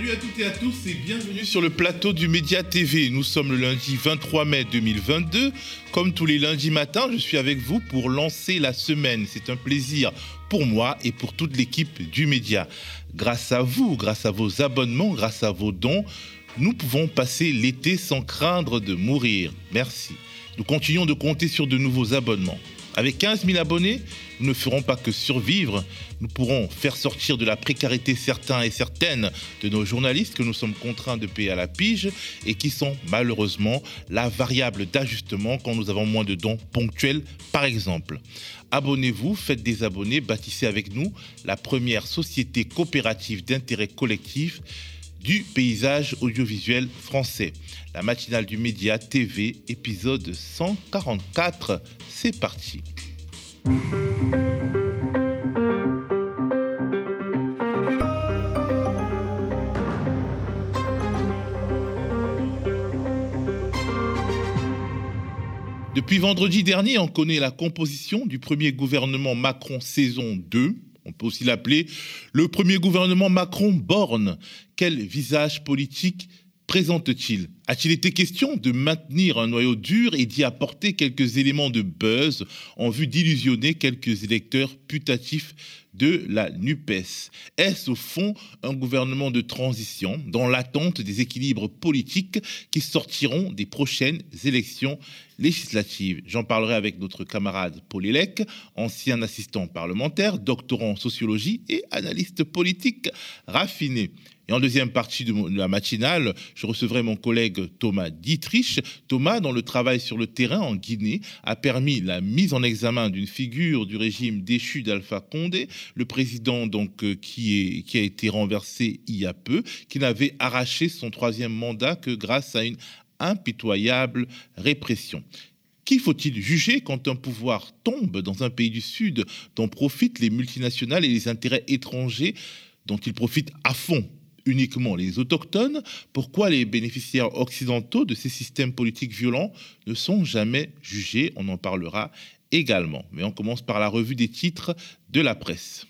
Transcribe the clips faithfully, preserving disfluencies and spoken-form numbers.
Salut à toutes et à tous et bienvenue sur le plateau du Média T V. Nous sommes le lundi vingt-trois mai deux mille vingt-deux. Comme tous les lundis matins, je suis avec vous pour lancer la semaine. C'est un plaisir pour moi et pour toute l'équipe du Média. Grâce à vous, grâce à vos abonnements, grâce à vos dons, nous pouvons passer l'été sans craindre de mourir. Merci. Nous continuons de compter sur de nouveaux abonnements. Avec quinze mille abonnés, nous ne ferons pas que survivre, nous pourrons faire sortir de la précarité certains et certaines de nos journalistes que nous sommes contraints de payer à la pige et qui sont malheureusement la variable d'ajustement quand nous avons moins de dons ponctuels par exemple. Abonnez-vous, faites des abonnés, bâtissez avec nous la première société coopérative d'intérêt collectif du paysage audiovisuel français. La matinale du Média T V, épisode cent quarante-quatre. C'est parti. Depuis vendredi dernier, on connaît la composition du premier gouvernement Macron saison deux. On peut aussi l'appeler le premier gouvernement Macron-Borne. Quel visage politique présente-t-il ? A-t-il été question de maintenir un noyau dur et d'y apporter quelques éléments de buzz en vue d'illusionner quelques électeurs putatifs de la NUPES ? Est-ce au fond un gouvernement de transition dans l'attente des équilibres politiques qui sortiront des prochaines élections législatives ? J'en parlerai avec notre camarade Paul Elec, ancien assistant parlementaire, doctorant en sociologie et analyste politique raffiné. Et en deuxième partie de la matinale, je recevrai mon collègue Thomas Dietrich. Thomas, dont le travail sur le terrain en Guinée a permis la mise en examen d'une figure du régime déchu d'Alpha Condé, le président donc euh, qui, est, qui a été renversé il y a peu, qui n'avait arraché son troisième mandat que grâce à une impitoyable répression. Qui faut-il juger quand un pouvoir tombe dans un pays du Sud dont profitent les multinationales et les intérêts étrangers dont ils profitent à fond ? Uniquement les autochtones, pourquoi les bénéficiaires occidentaux de ces systèmes politiques violents ne sont jamais jugés ? On en parlera également. Mais on commence par la revue des titres de la presse.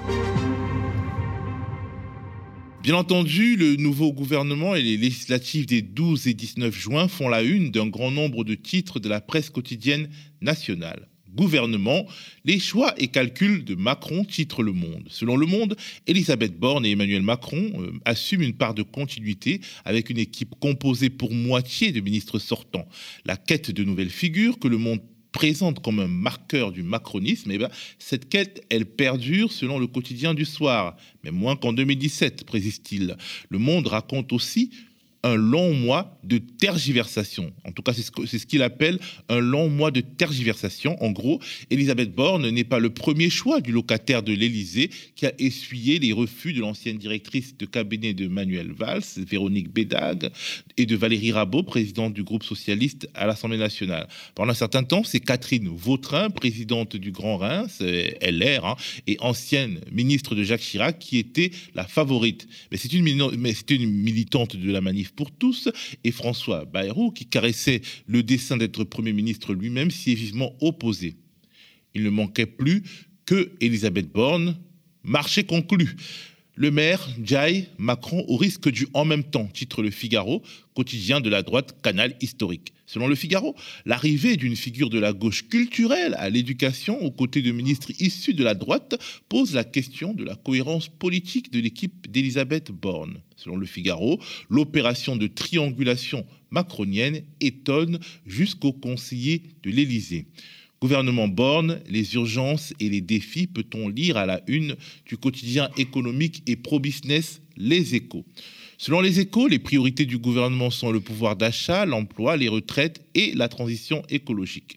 Bien entendu, le nouveau gouvernement et les législatives des douze et dix-neuf juin font la une d'un grand nombre de titres de la presse quotidienne nationale. Gouvernement, les choix et calculs de Macron, titre Le Monde. Selon Le Monde, Elisabeth Borne et Emmanuel Macron euh, assument une part de continuité avec une équipe composée pour moitié de ministres sortants. La quête de nouvelles figures que Le Monde présente comme un marqueur du macronisme, eh bien, cette quête, elle perdure selon le quotidien du soir, mais moins qu'en deux mille dix-sept, précise-t-il. Le Monde raconte aussi un long mois de tergiversation. En tout cas, c'est ce, que, c'est ce qu'il appelle un long mois de tergiversation. En gros, Elisabeth Borne n'est pas le premier choix du locataire de l'Élysée qui a essuyé les refus de l'ancienne directrice de cabinet de Manuel Valls, Véronique Bédague, et de Valérie Rabault, présidente du groupe socialiste à l'Assemblée nationale. Pendant un certain temps, c'est Catherine Vautrin, présidente du Grand Reims, L R, hein, et ancienne ministre de Jacques Chirac, qui était la favorite. Mais c'est une, mais c'est une militante de la Manif pour tous, et François Bayrou, qui caressait le dessein d'être Premier ministre lui-même, s'y est vivement opposé. Il ne manquait plus que Elisabeth Borne, marché conclu. Le maire, Ndiaye, Macron au risque du « en même temps », titre Le Figaro, quotidien de la droite, canal historique. Selon Le Figaro, l'arrivée d'une figure de la gauche culturelle à l'éducation aux côtés de ministres issus de la droite pose la question de la cohérence politique de l'équipe d'Elisabeth Borne. Selon Le Figaro, l'opération de triangulation macronienne étonne jusqu'aux conseillers de l'Élysée. Gouvernement Borne, les urgences et les défis, peut-on lire à la une du quotidien économique et pro-business Les Échos. Selon Les Échos, les priorités du gouvernement sont le pouvoir d'achat, l'emploi, les retraites et la transition écologique.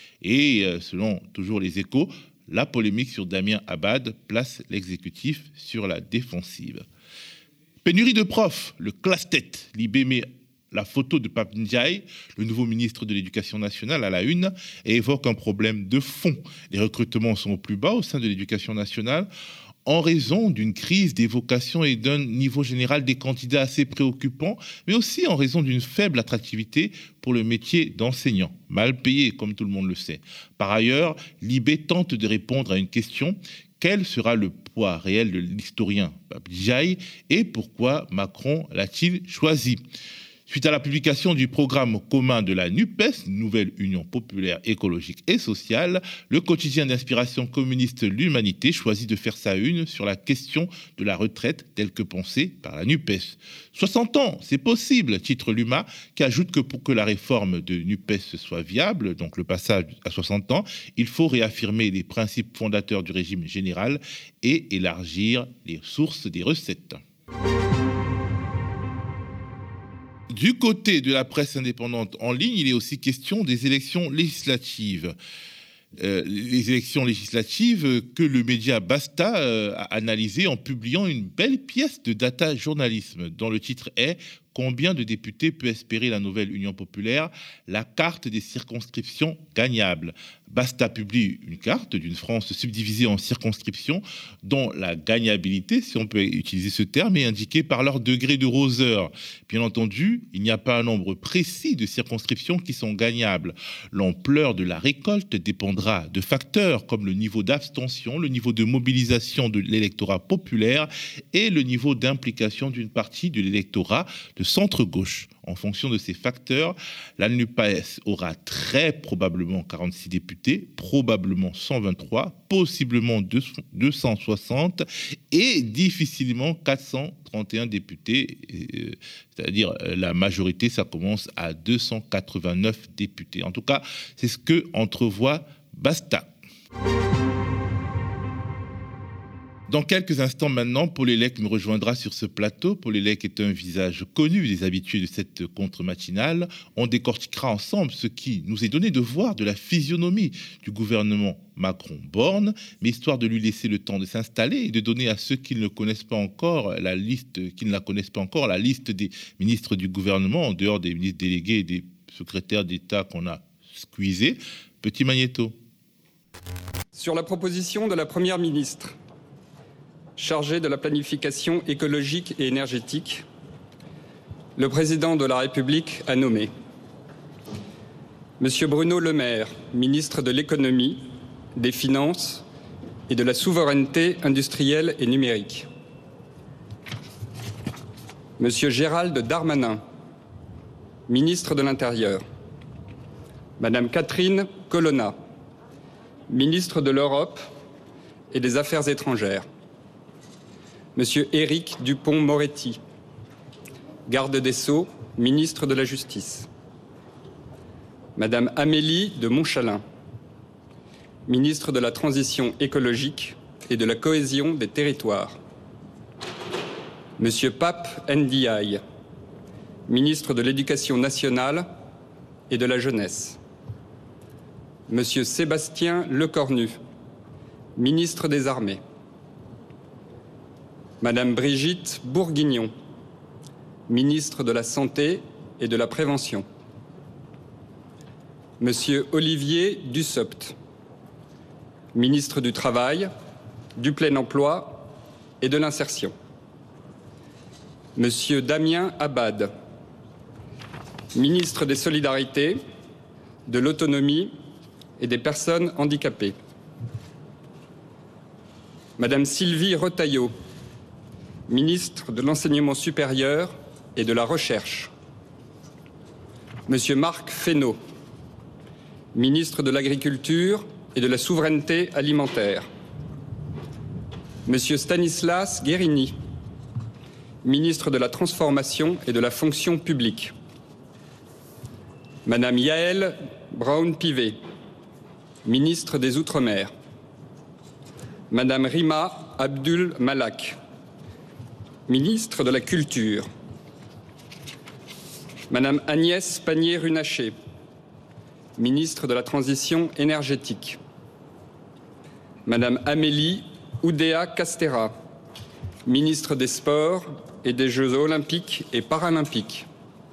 Et selon toujours Les Échos, la polémique sur Damien Abad place l'exécutif sur la défensive. Pénurie de profs, le classe-tête, Libé met la photo de Pape Ndiaye, le nouveau ministre de l'Éducation nationale, à la une, et évoque un problème de fond. Les recrutements sont au plus bas au sein de l'Éducation nationale. en raison d'une crise des vocations et d'un niveau général des candidats assez préoccupant, mais aussi en raison d'une faible attractivité pour le métier d'enseignant, mal payé comme tout le monde le sait. Par ailleurs, l'I B tente de répondre à une question: quel sera le poids réel de l'historien Pape Ndiaye et pourquoi Macron l'a-t-il choisi ? Suite à la publication du programme commun de la NUPES, Nouvelle Union Populaire Écologique et Sociale, le quotidien d'inspiration communiste L'Humanité choisit de faire sa une sur la question de la retraite telle que pensée par la NUPES. soixante ans, c'est possible, titre l'Huma, qui ajoute que pour que la réforme de NUPES soit viable, donc le passage à soixante ans, il faut réaffirmer les principes fondateurs du régime général et élargir les sources des recettes. Du côté de la presse indépendante en ligne, il est aussi question des élections législatives. Euh, les élections législatives que le média Basta euh, a analysées en publiant une belle pièce de data journalisme dont le titre est « Combien de députés peut espérer la nouvelle Union populaire ? La carte des circonscriptions gagnables ». Basta publie une carte d'une France subdivisée en circonscriptions dont la gagnabilité, si on peut utiliser ce terme, est indiquée par leur degré de roseur. Bien entendu, il n'y a pas un nombre précis de circonscriptions qui sont gagnables. L'ampleur de la récolte dépendra de facteurs comme le niveau d'abstention, le niveau de mobilisation de l'électorat populaire et le niveau d'implication d'une partie de l'électorat de centre-gauche. En fonction de ces facteurs, la NUPES aura très probablement quarante-six députés, probablement cent vingt-trois, possiblement deux cent soixante et difficilement quatre cent trente et un députés. C'est-à-dire la majorité, ça commence à deux cent quatre-vingt-neuf députés. En tout cas, c'est ce que entrevoit Basta. Dans quelques instants maintenant, Paul Hellec me rejoindra sur ce plateau. Paul Hellec est un visage connu des habitués de cette contre-matinale. On décortiquera ensemble ce qui nous est donné de voir de la physionomie du gouvernement Macron-Borne, mais histoire de lui laisser le temps de s'installer et de donner à ceux qui ne le connaissent pas encore la liste, qui ne la connaissent pas encore, la liste des ministres du gouvernement, en dehors des ministres délégués et des secrétaires d'État qu'on a squeezés. Petit magnéto. Sur la proposition de la Première ministre, chargé de la planification écologique et énergétique, le président de la République a nommé Monsieur Bruno Le Maire, ministre de l'Économie, des Finances et de la Souveraineté industrielle et numérique. Monsieur Gérald Darmanin, ministre de l'Intérieur. Madame Catherine Colonna, ministre de l'Europe et des Affaires étrangères. Monsieur Éric Dupond-Moretti, garde des Sceaux, ministre de la Justice. Madame Amélie de Montchalin, ministre de la Transition écologique et de la cohésion des territoires. Monsieur Pape Ndiaye, ministre de l'Éducation nationale et de la jeunesse. Monsieur Sébastien Lecornu, ministre des Armées. Madame Brigitte Bourguignon, ministre de la Santé et de la Prévention. Monsieur Olivier Dussopt, ministre du Travail, du Plein Emploi et de l'Insertion. Monsieur Damien Abad, ministre des Solidarités, de l'Autonomie et des Personnes handicapées. Madame Sylvie Retailleau, ministre de l'Enseignement supérieur et de la Recherche. Monsieur Marc Fesneau, ministre de l'Agriculture et de la Souveraineté alimentaire. Monsieur Stanislas Guérini, ministre de la Transformation et de la Fonction publique. Madame Yaël Braun-Pivet, ministre des Outre-mer. Madame Rima Abdul Malak, ministre de la Culture. Madame Agnès Pannier-Runacher, ministre de la Transition énergétique. Madame Amélie Oudéa-Castéra, ministre des Sports et des Jeux olympiques et paralympiques.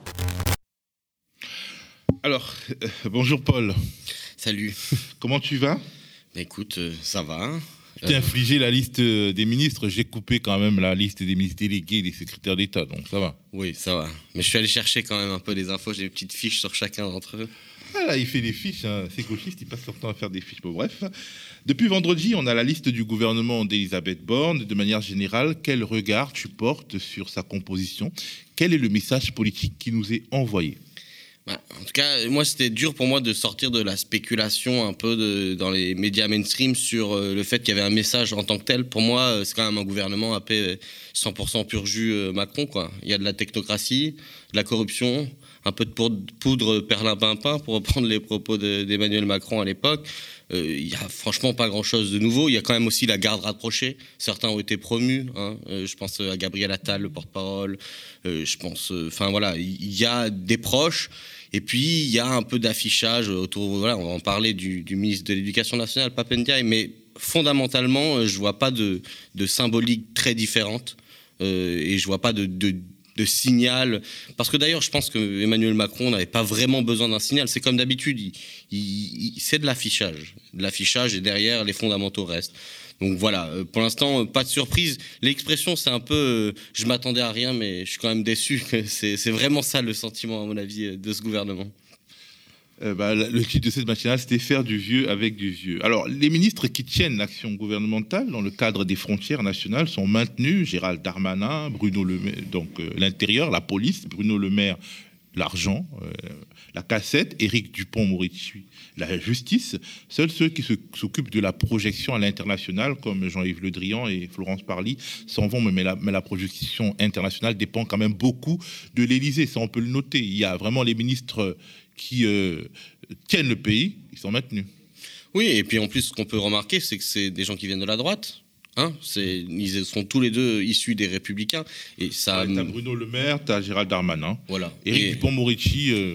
Alors, euh, bonjour Paul. Salut. Comment tu vas ? Écoute, euh, ça va. Je t'ai infligé la liste des ministres, j'ai coupé quand même la liste des ministres délégués et des secrétaires d'État, donc ça va. Oui, ça va. Mais je suis allé chercher quand même un peu des infos, j'ai des petites fiches sur chacun d'entre eux. Ah là, il fait des fiches, hein. C'est gauchiste, il passe son temps à faire des fiches. Bon, bref. Depuis vendredi, on a la liste du gouvernement d'Elisabeth Borne. De manière générale, quel regard tu portes sur sa composition? Quel est le message politique qui nous est envoyé? Bah, en tout cas, moi, c'était dur pour moi de sortir de la spéculation un peu de, dans les médias mainstream sur euh, le fait qu'il y avait un message en tant que tel. Pour moi, euh, c'est quand même un gouvernement à paix cent pour cent pur jus euh, Macron, quoi. Il y a de la technocratie, de la corruption, un peu de poudre perlimpinpin, pour reprendre les propos de, d'Emmanuel Macron à l'époque. Euh, il n'y a franchement pas grand-chose de nouveau. Il y a quand même aussi la garde rapprochée. Certains ont été promus. Hein. Euh, je pense à Gabriel Attal, le porte-parole. Euh, je pense... Enfin, euh, voilà, il y a des proches. Et puis, il y a un peu d'affichage autour... Voilà, on va en parler du, du ministre de l'Éducation nationale, Pape Ndiaye. Mais fondamentalement, je ne vois pas de, de symbolique très différente. Euh, et je ne vois pas de... de de signal, parce que d'ailleurs je pense que Emmanuel Macron n'avait pas vraiment besoin d'un signal, c'est comme d'habitude, il, il, il, c'est de l'affichage, de l'affichage et derrière les fondamentaux restent. Donc voilà, pour l'instant pas de surprise, l'expression c'est un peu, euh, je m'attendais à rien mais je suis quand même déçu, c'est, c'est vraiment ça le sentiment à mon avis de ce gouvernement. Euh, bah, le titre de cette matinale, c'était faire du vieux avec du vieux. Alors, les ministres qui tiennent l'action gouvernementale dans le cadre des frontières nationales sont maintenus. Gérald Darmanin, Bruno Le Maire, donc euh, l'intérieur, la police, Bruno Le Maire, l'argent, euh, la cassette, Éric Dupond-Moretti, la justice. Seuls ceux qui se, s'occupent de la projection à l'international, comme Jean-Yves Le Drian et Florence Parly, s'en vont. Mais la, mais la projection internationale dépend quand même beaucoup de l'Élysée. Ça, on peut le noter. Il y a vraiment les ministres qui euh, tiennent le pays, ils sont maintenus. Oui, et puis en plus, ce qu'on peut remarquer, c'est que c'est des gens qui viennent de la droite. Hein, c'est, ils sont tous les deux issus des Républicains. Et ça... Ouais, t'as Bruno Le Maire, t'as Gérald Darmanin. Voilà. Éric et... Dupond-Moretti, euh...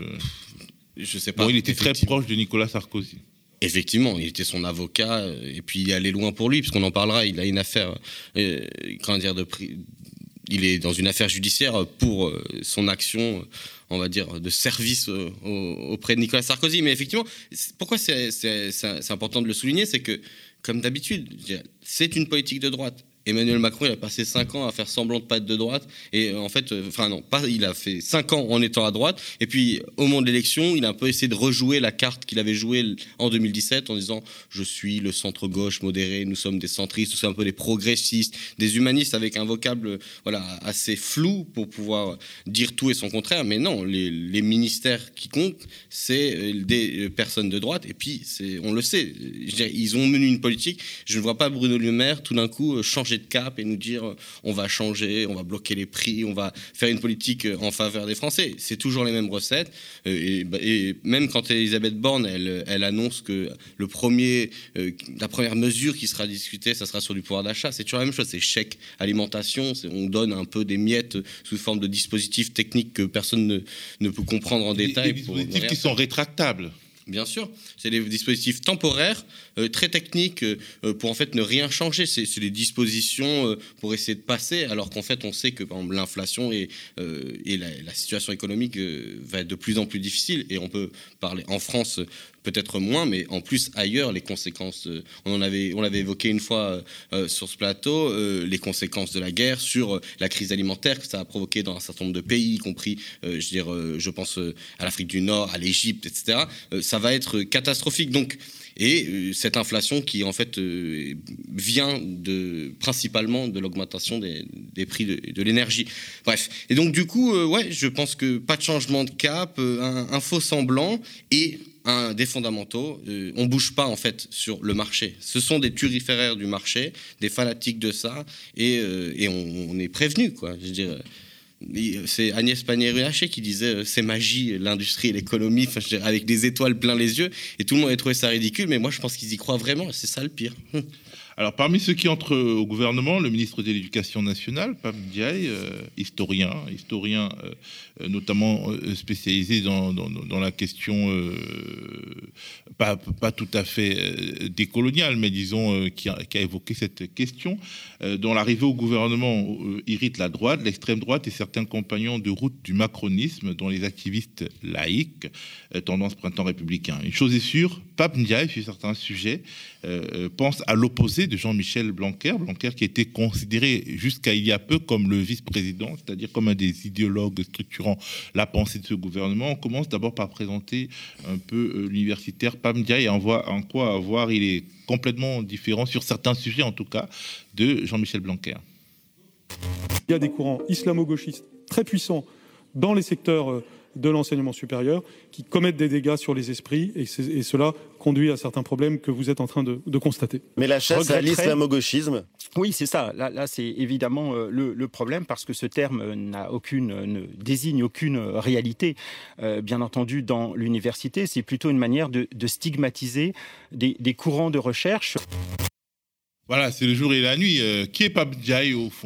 je sais pas. Bon, il était très proche de Nicolas Sarkozy. Effectivement, il était son avocat, et puis il allait loin pour lui, puisqu'on en parlera. Il a une affaire, euh, comment dire, de prix. Il est dans une affaire judiciaire pour son action, on va dire, de service auprès de Nicolas Sarkozy. Mais effectivement, pourquoi c'est, c'est, c'est important de le souligner, c'est que, comme d'habitude, c'est une politique de droite. Emmanuel Macron, il a passé cinq ans à faire semblant de pas être de droite. Et en fait, enfin non, pas, il a fait cinq ans en étant à droite. Et puis, au moment de l'élection, il a un peu essayé de rejouer la carte qu'il avait jouée en deux mille dix-sept en disant « Je suis le centre-gauche modéré, nous sommes des centristes, nous sommes un peu des progressistes, des humanistes » avec un vocable voilà, assez flou pour pouvoir dire tout et son contraire. Mais non, les, les ministères qui comptent, c'est des personnes de droite. Et puis, c'est, on le sait, ils ont mené une politique. Je ne vois pas Bruno Le Maire, tout d'un coup, changer de cap et nous dire on va changer, on va bloquer les prix, on va faire une politique en faveur des Français. C'est toujours les mêmes recettes. Et, et même quand Elisabeth Borne, elle, elle annonce que le premier, euh, la première mesure qui sera discutée, ça sera sur du pouvoir d'achat. C'est toujours la même chose. C'est chèque alimentation. C'est, on donne un peu des miettes sous forme de dispositifs techniques que personne ne, ne peut comprendre en des, détail. Des dispositifs pour qui sont rétractables. Bien sûr, c'est des dispositifs temporaires, euh, très techniques, euh, pour en fait ne rien changer. C'est, c'est des dispositions euh, pour essayer de passer, alors qu'en fait on sait que par exemple, l'inflation et, euh, et la, la situation économique euh, va être de plus en plus difficile. Et on peut parler en France peut-être moins, mais en plus ailleurs les conséquences. Euh, on en avait, on l'avait évoqué une fois euh, sur ce plateau, euh, les conséquences de la guerre sur euh, la crise alimentaire que ça a provoqué dans un certain nombre de pays, y compris, euh, je veux dire, euh, je pense euh, à l'Afrique du Nord, à l'Égypte, et cetera. Euh, ça va être catastrophique. Donc, et euh, cette inflation qui en fait euh, vient de, principalement de l'augmentation des, des prix de, de l'énergie. Bref. Et donc du coup, euh, ouais, je pense que pas de changement de cap, euh, un, un faux semblant et un des fondamentaux. Euh, on bouge pas en fait sur le marché. Ce sont des turiféraires du marché, des fanatiques de ça, et, euh, et on, on est prévenu, quoi. Je veux dire. C'est Agnès Pannier-Runacher qui disait c'est magie, l'industrie et l'économie, enfin, je dirais, avec des étoiles plein les yeux, et tout le monde a trouvé ça ridicule, mais moi je pense qu'ils y croient vraiment, c'est ça le pire. Alors, parmi ceux qui entrent au gouvernement, le ministre de l'Éducation nationale, Pape Ndiaye, euh, historien, historien euh, notamment euh, spécialisé dans, dans, dans la question, euh, pas, pas tout à fait euh, décoloniale, mais disons, euh, qui, a, qui a évoqué cette question, euh, dont l'arrivée au gouvernement euh, irrite la droite, l'extrême droite et certains compagnons de route du macronisme, dont les activistes laïcs, euh, tendance printemps républicain. Une chose est sûre, Pape Ndiaye, sur certains sujets, euh, pense à l'opposé de Jean-Michel Blanquer, Blanquer qui était considéré jusqu'à il y a peu comme le vice-président, c'est-à-dire comme un des idéologues structurant la pensée de ce gouvernement. On commence d'abord par présenter un peu l'universitaire Pam Ndiaye et en, voit, en quoi avoir il est complètement différent sur certains sujets en tout cas de Jean-Michel Blanquer. Il y a des courants islamo-gauchistes très puissants dans les secteurs de l'enseignement supérieur qui commettent des dégâts sur les esprits et, et cela conduit à certains problèmes que vous êtes en train de, de constater. Mais la chasse à l'islamo-gauchisme. Oui, c'est ça. Là, là c'est évidemment euh, le, le problème parce que ce terme n'a aucune, ne désigne aucune réalité. Euh, bien entendu, dans l'université, c'est plutôt une manière de, de stigmatiser des, des courants de recherche. Voilà, c'est le jour et la nuit. Euh, qui est Pam Ndiaye au fond ?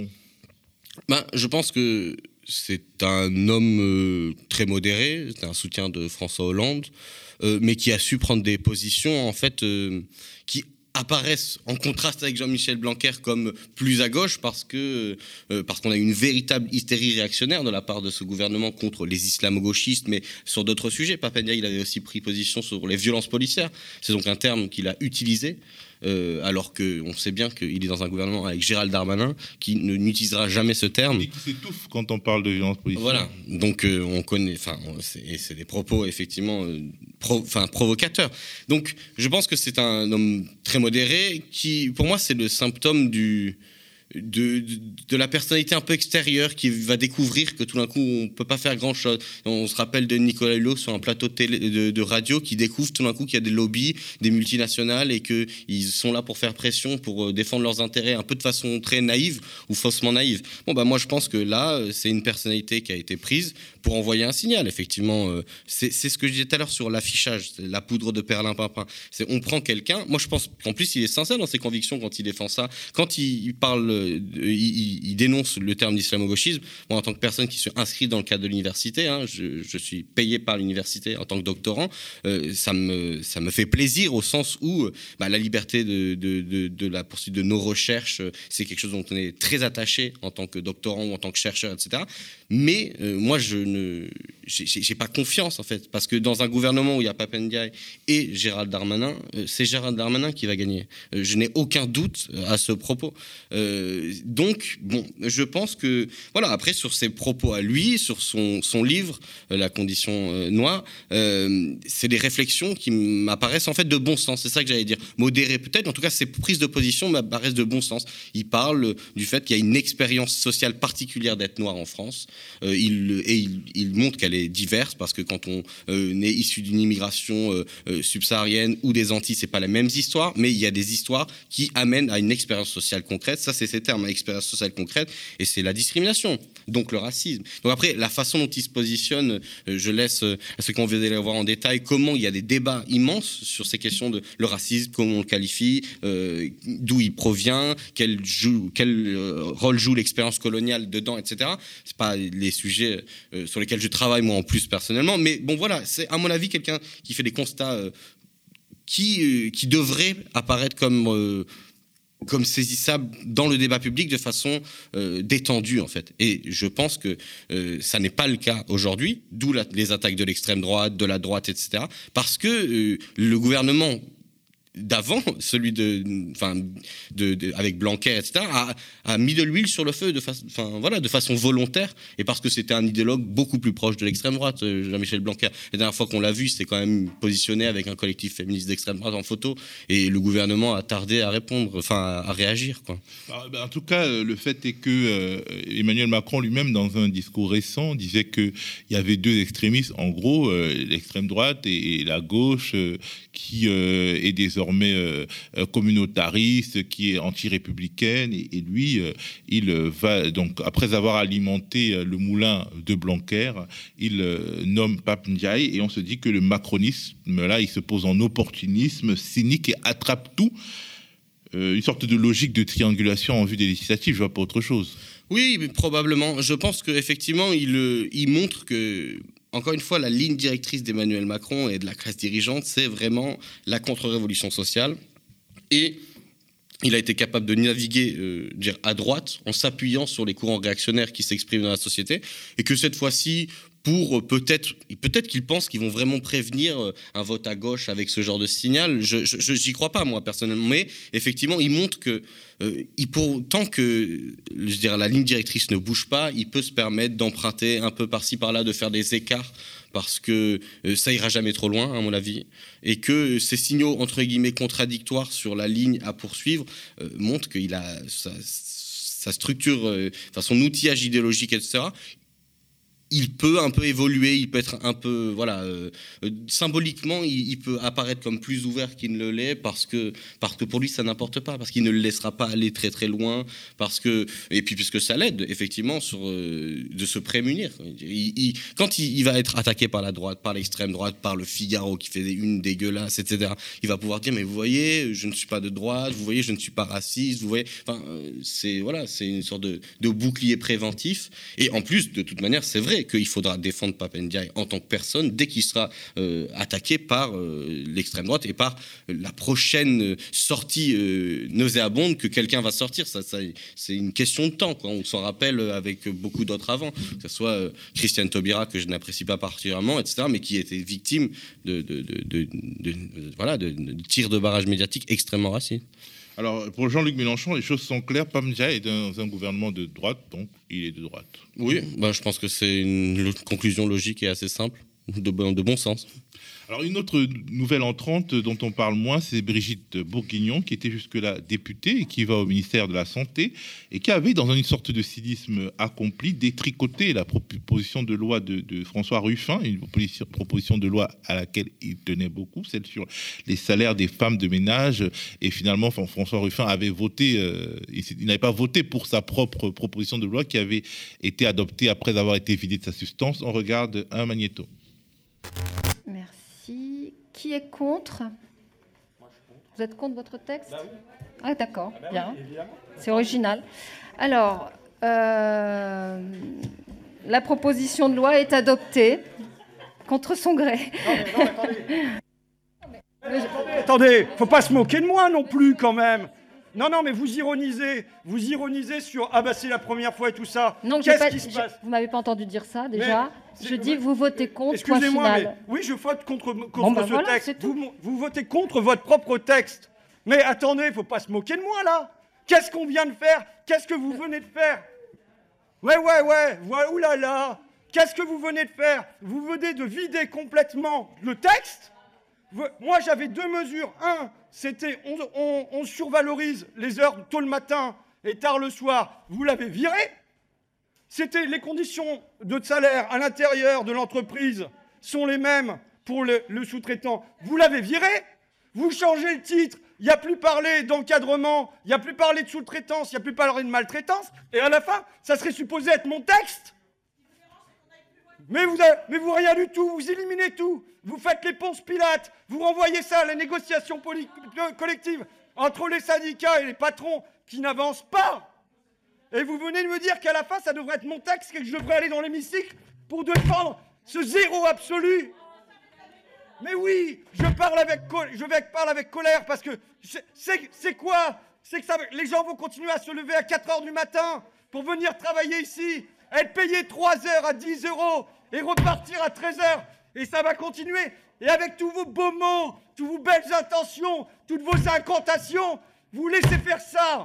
Ben, je pense que c'est un homme euh, très modéré, c'est un soutien de François Hollande, euh, mais qui a su prendre des positions en fait euh, qui apparaissent en contraste avec Jean-Michel Blanquer comme plus à gauche parce que euh, parce qu'on a une véritable hystérie réactionnaire de la part de ce gouvernement contre les islamo-gauchistes, mais sur d'autres sujets. Pam Ndiaye, il avait aussi pris position sur les violences policières. C'est donc un terme qu'il a utilisé. Euh, alors qu'on sait bien qu'il est dans un gouvernement avec Gérald Darmanin qui ne, n'utilisera jamais ce terme. Et qui s'étouffe quand on parle de violence policière. Voilà, donc euh, on connaît, enfin, c'est, c'est des propos effectivement euh, pro, provocateurs. Donc je pense que c'est un homme très modéré qui, pour moi, c'est le symptôme du... De, de, de la personnalité un peu extérieure qui va découvrir que tout d'un coup on peut pas faire grand chose. On se rappelle de Nicolas Hulot sur un plateau de, télé, de, de radio qui découvre tout d'un coup qu'il y a des lobbies, des multinationales et qu'ils sont là pour faire pression, pour défendre leurs intérêts un peu de façon très naïve ou faussement naïve. Bon bah moi je pense que là c'est une personnalité qui a été prise pour envoyer un signal. Effectivement, c'est, c'est ce que je disais tout à l'heure sur l'affichage, la poudre de perlimpinpin. C'est on prend quelqu'un. Moi je pense qu'en plus il est sincère dans ses convictions quand il défend ça, quand il, il parle. Il, il dénonce le terme d'islamo-gauchisme. Moi, en tant que personne qui suis inscrite dans le cadre de l'université, hein, je, je suis payé par l'université en tant que doctorant, euh, ça, me, ça me fait plaisir au sens où bah, la liberté de, de, de, de la poursuite de nos recherches, c'est quelque chose dont on est très attaché en tant que doctorant ou en tant que chercheur, et cetera. Mais euh, moi, je ne, j'ai, j'ai pas confiance en fait, parce que dans un gouvernement où il y a Pam Ndiaye et Gérald Darmanin, euh, c'est Gérald Darmanin qui va gagner. Euh, je n'ai aucun doute à ce propos. Euh, donc, bon, je pense que, voilà, après, sur ses propos à lui, sur son, son livre, euh, La condition euh, noire, euh, c'est des réflexions qui m'apparaissent en fait de bon sens. C'est ça que j'allais dire. Modéré peut-être, en tout cas, ses prises de position m'apparaissent de bon sens. Il parle du fait qu'il y a une expérience sociale particulière d'être noir en France. Euh, il, et il, il montre qu'elle est diverse parce que quand on euh, est issu d'une immigration euh, euh, subsaharienne ou des Antilles, c'est pas les mêmes histoires, mais il y a des histoires qui amènent à une expérience sociale concrète. Ça, c'est ces termes, expérience sociale concrète, et c'est la discrimination, donc le racisme. Donc après, la façon dont il se positionne, euh, je laisse euh, à ceux qui ont envie d'aller voir en détail comment il y a des débats immenses sur ces questions de le racisme, comment on le qualifie, euh, d'où il provient, quel, joue, quel euh, rôle joue l'expérience coloniale dedans, et cetera. C'est pas les sujets euh, sur lesquels je travaille moi en plus personnellement, mais bon voilà, c'est à mon avis quelqu'un qui fait des constats euh, qui, euh, qui devraient apparaître comme euh, comme saisissable dans le débat public de façon euh, détendue en fait. Et je pense que euh, ça n'est pas le cas aujourd'hui, d'où la, les attaques de l'extrême droite, de la droite, et cetera. Parce que euh, le gouvernement d'avant, celui de, enfin, de, de, avec Blanquer, et cetera, a, a mis de l'huile sur le feu de, fa- enfin, voilà, de façon volontaire, et parce que c'était un idéologue beaucoup plus proche de l'extrême droite, Jean-Michel Blanquer. La dernière fois qu'on l'a vu, c'était quand même positionné avec un collectif féministe d'extrême droite en photo, et le gouvernement a tardé à répondre, enfin, à réagir, quoi. En tout cas, le fait est que euh, Emmanuel Macron lui-même, dans un discours récent, disait qu'il y avait deux extrémistes, en gros, euh, l'extrême droite et, et la gauche, euh, qui euh, est désormais Euh, communautariste, qui est anti-républicaine, et, et lui, euh, il va donc, après avoir alimenté le moulin de Blanquer, il euh, nomme Pam Ndiaye, et on se dit que le macronisme, là, il se pose en opportunisme cynique et attrape tout. Euh, une sorte de logique de triangulation en vue des législatives, je vois pas autre chose. Oui, mais probablement. Je pense qu'effectivement, il, il montre que, encore une fois, la ligne directrice d'Emmanuel Macron et de la classe dirigeante, c'est vraiment la contre-révolution sociale. Et il a été capable de naviguer euh, dire à droite en s'appuyant sur les courants réactionnaires qui s'expriment dans la société. Et que cette fois-ci, pour peut-être, peut-être qu'ils pensent qu'ils vont vraiment prévenir un vote à gauche avec ce genre de signal. Je, je, je j'y crois pas moi personnellement, mais effectivement, il montre que euh, il pour, tant que je dirais, la ligne directrice ne bouge pas, il peut se permettre d'emprunter un peu par-ci par-là, de faire des écarts, parce que euh, ça ira jamais trop loin, à mon avis, et que ces signaux entre guillemets contradictoires sur la ligne à poursuivre euh, montrent qu'il a sa, sa structure, euh, enfin son outillage idéologique, et cetera. Il peut un peu évoluer, il peut être un peu, voilà, euh, euh, symboliquement, il, il peut apparaître comme plus ouvert qu'il ne le l'est, parce que, parce que pour lui, ça n'importe pas, parce qu'il ne le laissera pas aller très très loin, parce que, et puis puisque ça l'aide, effectivement, sur, euh, de se prémunir. Il, il, quand il, il va être attaqué par la droite, par l'extrême droite, par le Figaro qui fait une dégueulasse, et cetera, il va pouvoir dire, mais vous voyez, je ne suis pas de droite, vous voyez, je ne suis pas raciste, vous voyez, enfin, euh, c'est, voilà, c'est une sorte de, de bouclier préventif, et en plus, de toute manière, c'est vrai qu'il faudra défendre Pape Ndiaye en tant que personne dès qu'il sera euh, attaqué par euh, l'extrême droite et par la prochaine sortie euh, nauséabonde que quelqu'un va sortir. Ça, ça, c'est une question de temps, quoi. On s'en rappelle avec beaucoup d'autres avant, que ce soit euh, Christiane Taubira, que je n'apprécie pas particulièrement, et cetera, mais qui était victime de, de, de, de, de, de, voilà, de, de tirs de barrage médiatique extrêmement racistes. Alors, pour Jean-Luc Mélenchon, les choses sont claires. Pape Ndiaye est dans un gouvernement de droite, donc il est de droite. Oui, bah, je pense que c'est une conclusion logique et assez simple, de bon, de bon sens. Alors, une autre nouvelle entrante dont on parle moins, c'est Brigitte Bourguignon, qui était jusque-là députée et qui va au ministère de la Santé et qui avait, dans une sorte de cynisme accompli, détricoté la proposition de loi de, de François Ruffin, une proposition, proposition de loi à laquelle il tenait beaucoup, celle sur les salaires des femmes de ménage. Et finalement, François Ruffin avait voté, euh, il n'avait pas voté pour sa propre proposition de loi qui avait été adoptée après avoir été vidée de sa substance. On regarde un magnéto. Merci. Qui est contre ? Vous êtes contre votre texte ? Bah oui. Ah d'accord, ah bah bien. Oui, c'est original. Alors, euh, la proposition de loi est adoptée contre son gré. Non mais, non, mais attendez. mais, mais, attendez, attendez, faut pas se moquer de moi non plus quand même. Non, non, mais vous ironisez, vous ironisez sur « Ah bah c'est la première fois et tout ça ». Qu'est-ce pas, qui se passe ? Vous m'avez pas entendu dire ça déjà. Je dis que vous votez contre, excusez-moi, point final. Mais oui, je vote contre, contre bon, ben ce voilà, texte. Vous, vous votez contre votre propre texte. Mais attendez, il faut pas se moquer de moi là. Qu'est-ce qu'on vient de faire ? Qu'est-ce que vous venez de faire ? Ouais, ouais, ouais, ouais, oulala. Qu'est-ce que vous venez de faire ? Vous venez de vider complètement le texte. Moi, j'avais deux mesures. Un, c'était on, on, on survalorise les heures tôt le matin et tard le soir. Vous l'avez viré. C'était les conditions de salaire à l'intérieur de l'entreprise sont les mêmes pour le, le sous-traitant. Vous l'avez viré. Vous changez le titre. Il n'y a plus parlé d'encadrement. Il n'y a plus parlé de sous-traitance. Il n'y a plus parlé de maltraitance. Et à la fin, ça serait supposé être mon texte. Mais vous, avez, mais vous rien du tout, vous éliminez tout. Vous faites les ponces pilates, vous renvoyez ça à la négociation poli- collective entre les syndicats et les patrons qui n'avancent pas. Et vous venez de me dire qu'à la fin, ça devrait être mon texte et que je devrais aller dans l'hémicycle pour défendre ce zéro absolu. Mais oui, je parle avec, je parle avec colère parce que c'est, c'est quoi ? C'est que ça, les gens vont continuer à se lever à quatre heures du matin pour venir travailler ici, être payés trois heures à dix euros et repartir à treize heures. Et ça va continuer. Et avec tous vos beaux mots, toutes vos belles intentions, toutes vos incantations, vous laissez faire ça.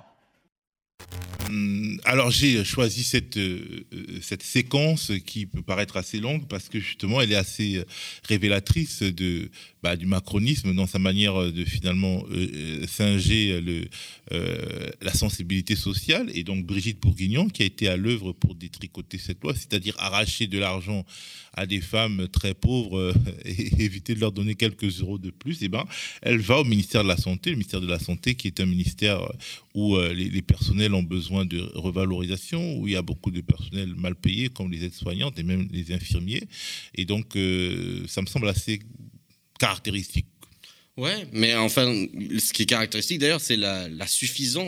Alors j'ai choisi cette, euh, cette séquence qui peut paraître assez longue parce que justement elle est assez révélatrice de, bah, du macronisme dans sa manière de finalement euh, singer le, euh, la sensibilité sociale. Et donc Brigitte Bourguignon qui a été à l'œuvre pour détricoter cette loi, c'est-à-dire arracher de l'argent à des femmes très pauvres euh, et éviter de leur donner quelques euros de plus, et ben, elle va au ministère de la Santé, le ministère de la Santé qui est un ministère où euh, les, les personnels ont besoin de revalorisation, où il y a beaucoup de personnel mal payé, comme les aides-soignantes et même les infirmiers. Et donc, euh, ça me semble assez caractéristique. Ouais, mais enfin, ce qui est caractéristique d'ailleurs, c'est la, la suffisance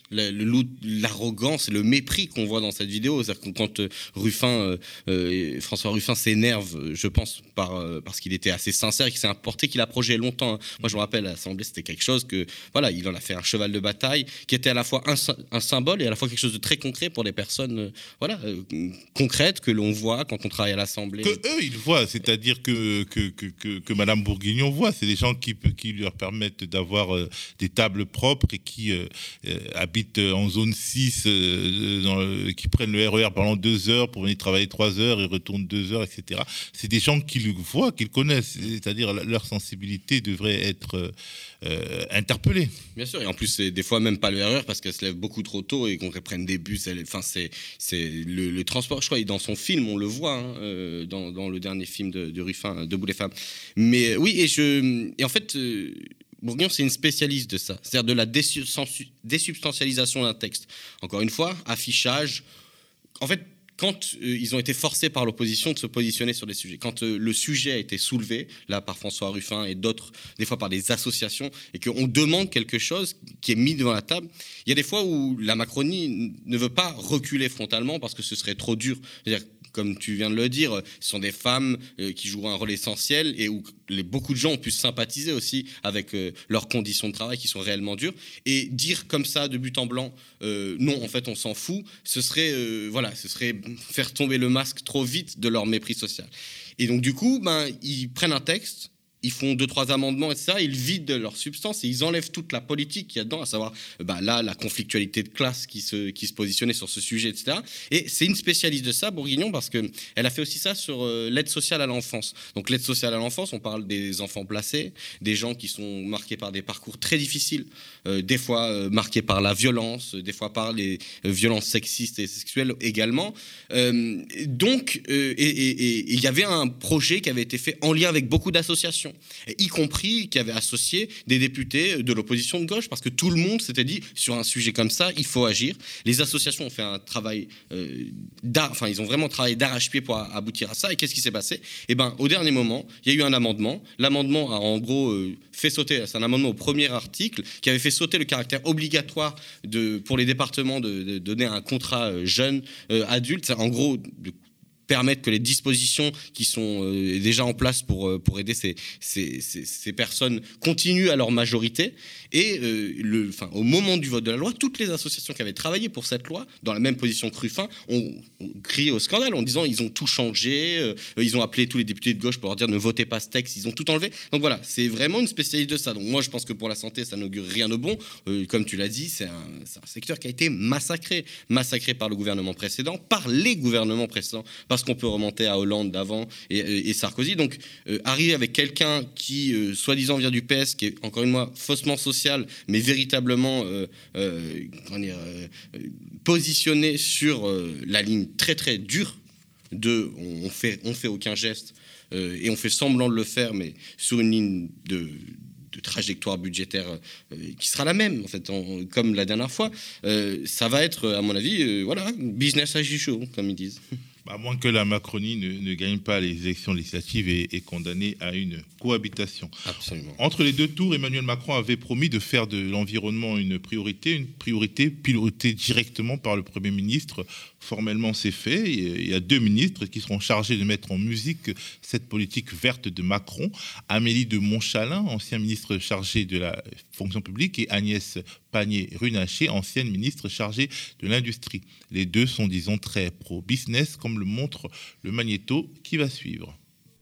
l'arrogance et le mépris qu'on voit dans cette vidéo. C'est-à-dire que quand Ruffin, euh, François Ruffin s'énerve, je pense, par, euh, parce qu'il était assez sincère et qu'il s'est importé, qu'il a projeté longtemps. Hein. Moi, je me rappelle, à l'Assemblée, c'était quelque chose que, voilà, il en a fait un cheval de bataille qui était à la fois un, un symbole et à la fois quelque chose de très concret pour des personnes, euh, voilà, euh, concrètes que l'on voit quand on travaille à l'Assemblée. Que eux, ils voient, c'est-à-dire que, que, que, que, que Madame Bourguignon voit. C'est des gens qui, qui leur permettent d'avoir euh, des tables propres et qui euh, euh, habitent en zone six, euh, dans le, qui prennent le R E R pendant deux heures pour venir travailler trois heures et retournent deux heures, et cetera. C'est des gens qui le voient, qui le connaissent, c'est-à-dire leur sensibilité devrait être euh, interpellée. Bien sûr, et en plus, c'est des fois même pas le R E R parce qu'elle se lève beaucoup trop tôt et qu'on reprenne des bus. Elle, enfin, c'est, c'est le, le transport, je crois, et dans son film, on le voit, hein, euh, dans, dans le dernier film de, de Ruffin, Debout les femmes. Mais oui, et, je, et en fait... Euh, Bourguignon, c'est une spécialiste de ça, c'est-à-dire de la désubstantialisation d'un texte. Encore une fois, affichage. En fait, quand euh, ils ont été forcés par l'opposition de se positionner sur des sujets, quand euh, le sujet a été soulevé, là par François Ruffin et d'autres, des fois par des associations, et qu'on demande quelque chose qui est mis devant la table, il y a des fois où la Macronie ne veut pas reculer frontalement parce que ce serait trop dur. C'est-à-dire, comme tu viens de le dire, ce sont des femmes euh, qui jouent un rôle essentiel et où les, beaucoup de gens ont pu sympathiser aussi avec euh, leurs conditions de travail qui sont réellement dures. Et dire comme ça, de but en blanc, euh, non, en fait, on s'en fout, ce serait, euh, voilà, ce serait faire tomber le masque trop vite de leur mépris social. Et donc, du coup, ben, ils prennent un texte, ils font deux, trois amendements, et cetera. Ils vident de leur substance et ils enlèvent toute la politique qu'il y a dedans, à savoir bah, là, la conflictualité de classe qui se, qui se positionnait sur ce sujet, et cetera. Et c'est une spécialiste de ça, Bourguignon, parce qu'elle a fait aussi ça sur euh, l'aide sociale à l'enfance. Donc l'aide sociale à l'enfance, on parle des enfants placés, des gens qui sont marqués par des parcours très difficiles, euh, des fois euh, marqués par la violence, des fois par les euh, violences sexistes et sexuelles également. Euh, donc, euh, et il y avait un projet qui avait été fait en lien avec beaucoup d'associations, y compris qui avait associé des députés de l'opposition de gauche, parce que tout le monde s'était dit, sur un sujet comme ça, il faut agir. Les associations ont fait un travail euh, d'art, enfin, ils ont vraiment travaillé d'arrache-pied pour aboutir à ça. Et qu'est-ce qui s'est passé ? Eh ben, au dernier moment, il y a eu un amendement. L'amendement a en gros euh, fait sauter, c'est un amendement au premier article, qui avait fait sauter le caractère obligatoire de, pour les départements de, de donner un contrat euh, jeune euh, adulte. C'est en gros de permettre que les dispositions qui sont euh, déjà en place pour, euh, pour aider ces, ces, ces, ces personnes continuent à leur majorité. Et euh, le, enfin, au moment du vote de la loi, toutes les associations qui avaient travaillé pour cette loi, dans la même position que Ruffin, ont, ont crié au scandale en disant ils ont tout changé, euh, ils ont appelé tous les députés de gauche pour leur dire ne votez pas ce texte, ils ont tout enlevé. Donc voilà, c'est vraiment une spécialiste de ça. Donc moi je pense que pour la santé, ça n'augure rien de bon. Euh, comme tu l'as dit, c'est un, c'est un secteur qui a été massacré, massacré par le gouvernement précédent, par les gouvernements précédents, parce qu'on peut remonter à Hollande d'avant et, et, et Sarkozy. Donc, euh, arriver avec quelqu'un qui, euh, soi-disant, vient du P S, qui est, encore une fois, faussement social, mais véritablement euh, euh, comment dire, euh, positionné sur euh, la ligne très, très dure de on, on fait, on fait aucun geste euh, et on fait semblant de le faire, mais sur une ligne de... de trajectoire budgétaire euh, qui sera la même, en fait, en, comme la dernière fois, euh, ça va être, à mon avis, euh, voilà, business as usual, comme ils disent. À moins que la Macronie ne, ne gagne pas les élections législatives et est condamnée à une cohabitation. Absolument. Entre les deux tours, Emmanuel Macron avait promis de faire de l'environnement une priorité, une priorité pilotée directement par le Premier ministre. Formellement, c'est fait. Il y a deux ministres qui seront chargés de mettre en musique cette politique verte de Macron. Amélie de Montchalin, ancien ministre chargé de la fonction publique, et Agnès Pannier-Runacher, ancienne ministre chargée de l'industrie. Les deux sont, disons, très pro-business, comme le montre le magnéto qui va suivre.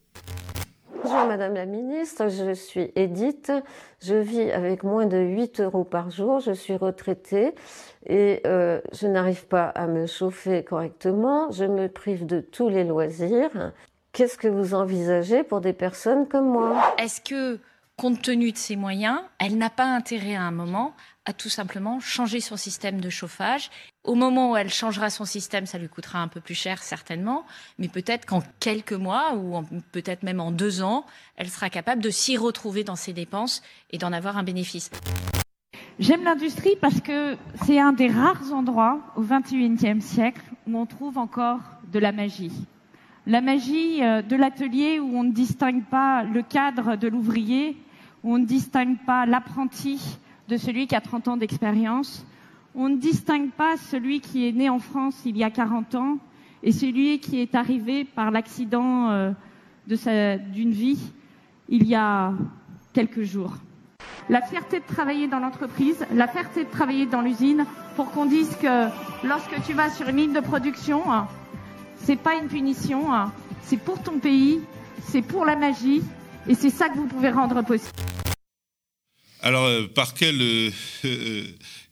Bonjour Madame la Ministre, je suis Edith, je vis avec moins de huit euros par jour, je suis retraitée et euh, je n'arrive pas à me chauffer correctement, je me prive de tous les loisirs. Qu'est-ce que vous envisagez pour des personnes comme moi ? Est-ce que, compte tenu de ses moyens, elle n'a pas intérêt à un moment à tout simplement changer son système de chauffage ? Au moment où elle changera son système, ça lui coûtera un peu plus cher certainement, mais peut-être qu'en quelques mois ou en, peut-être même en deux ans, elle sera capable de s'y retrouver dans ses dépenses et d'en avoir un bénéfice. J'aime l'industrie parce que c'est un des rares endroits au vingt et unième siècle où on trouve encore de la magie. La magie de l'atelier où on ne distingue pas le cadre de l'ouvrier, où on ne distingue pas l'apprenti de celui qui a trente ans d'expérience, on ne distingue pas celui qui est né en France il y a quarante ans et celui qui est arrivé par l'accident euh, de sa, d'une vie il y a quelques jours. La fierté de travailler dans l'entreprise, la fierté de travailler dans l'usine, pour qu'on dise que lorsque tu vas sur une ligne de production, c'est pas une punition, c'est pour ton pays, c'est pour la magie, et c'est ça que vous pouvez rendre possible. Alors, euh, par quel euh, euh,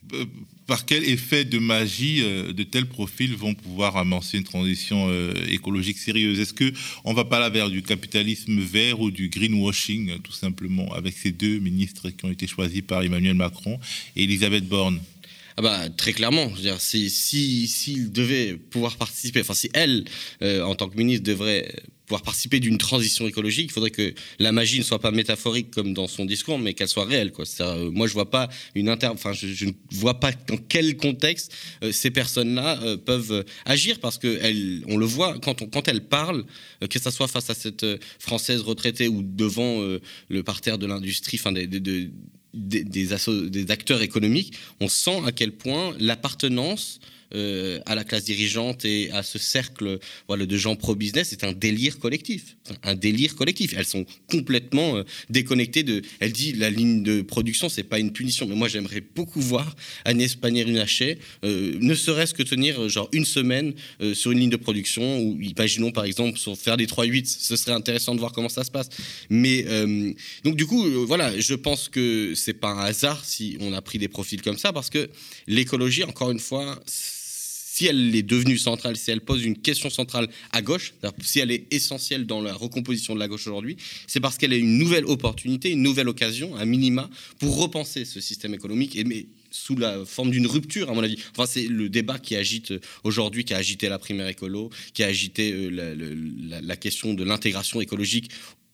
par quel effet de magie euh, de tels profils vont pouvoir amorcer une transition euh, écologique sérieuse? Est-ce que on va pas là vers du capitalisme vert ou du greenwashing, tout simplement, avec ces deux ministres qui ont été choisis par Emmanuel Macron et Elisabeth Borne? Ah bah, très clairement, je veux dire, si, si, s'il devait pouvoir participer, enfin si elle, euh, en tant que ministre, devrait pouvoir participer d'une transition écologique, il faudrait que la magie ne soit pas métaphorique comme dans son discours, mais qu'elle soit réelle, quoi. Euh, moi, je vois pas une inter, enfin, je, je ne vois pas dans quel contexte euh, ces personnes-là euh, peuvent agir, parce que elles, on le voit quand on, quand elles parlent, euh, que ça soit face à cette euh, Française retraitée ou devant euh, le parterre de l'industrie, enfin des, des, des Des, des, asso- des acteurs économiques, on sent à quel point l'appartenance euh, à la classe dirigeante et à ce cercle voilà, de gens pro-business est un délire collectif. Un délire collectif. Elles sont complètement euh, déconnectées de... Elle dit la ligne de production, c'est pas une punition. Mais moi, j'aimerais beaucoup voir Agnès Pannier-Runacher euh, ne serait-ce que tenir genre une semaine euh, sur une ligne de production, ou imaginons par exemple sur faire des trois huit, ce serait intéressant de voir comment ça se passe. Mais euh, donc du coup, euh, voilà, je pense que c'est pas un hasard si on a pris des profils comme ça, parce que l'écologie, encore une fois, si elle est devenue centrale, si elle pose une question centrale à gauche, si elle est essentielle dans la recomposition de la gauche aujourd'hui, c'est parce qu'elle est une nouvelle opportunité, une nouvelle occasion, un minima, pour repenser ce système économique, et mais sous la forme d'une rupture, à mon avis. Enfin, c'est le débat qui agite aujourd'hui, qui a agité la primaire écolo, qui a agité la, la, la question de l'intégration écologique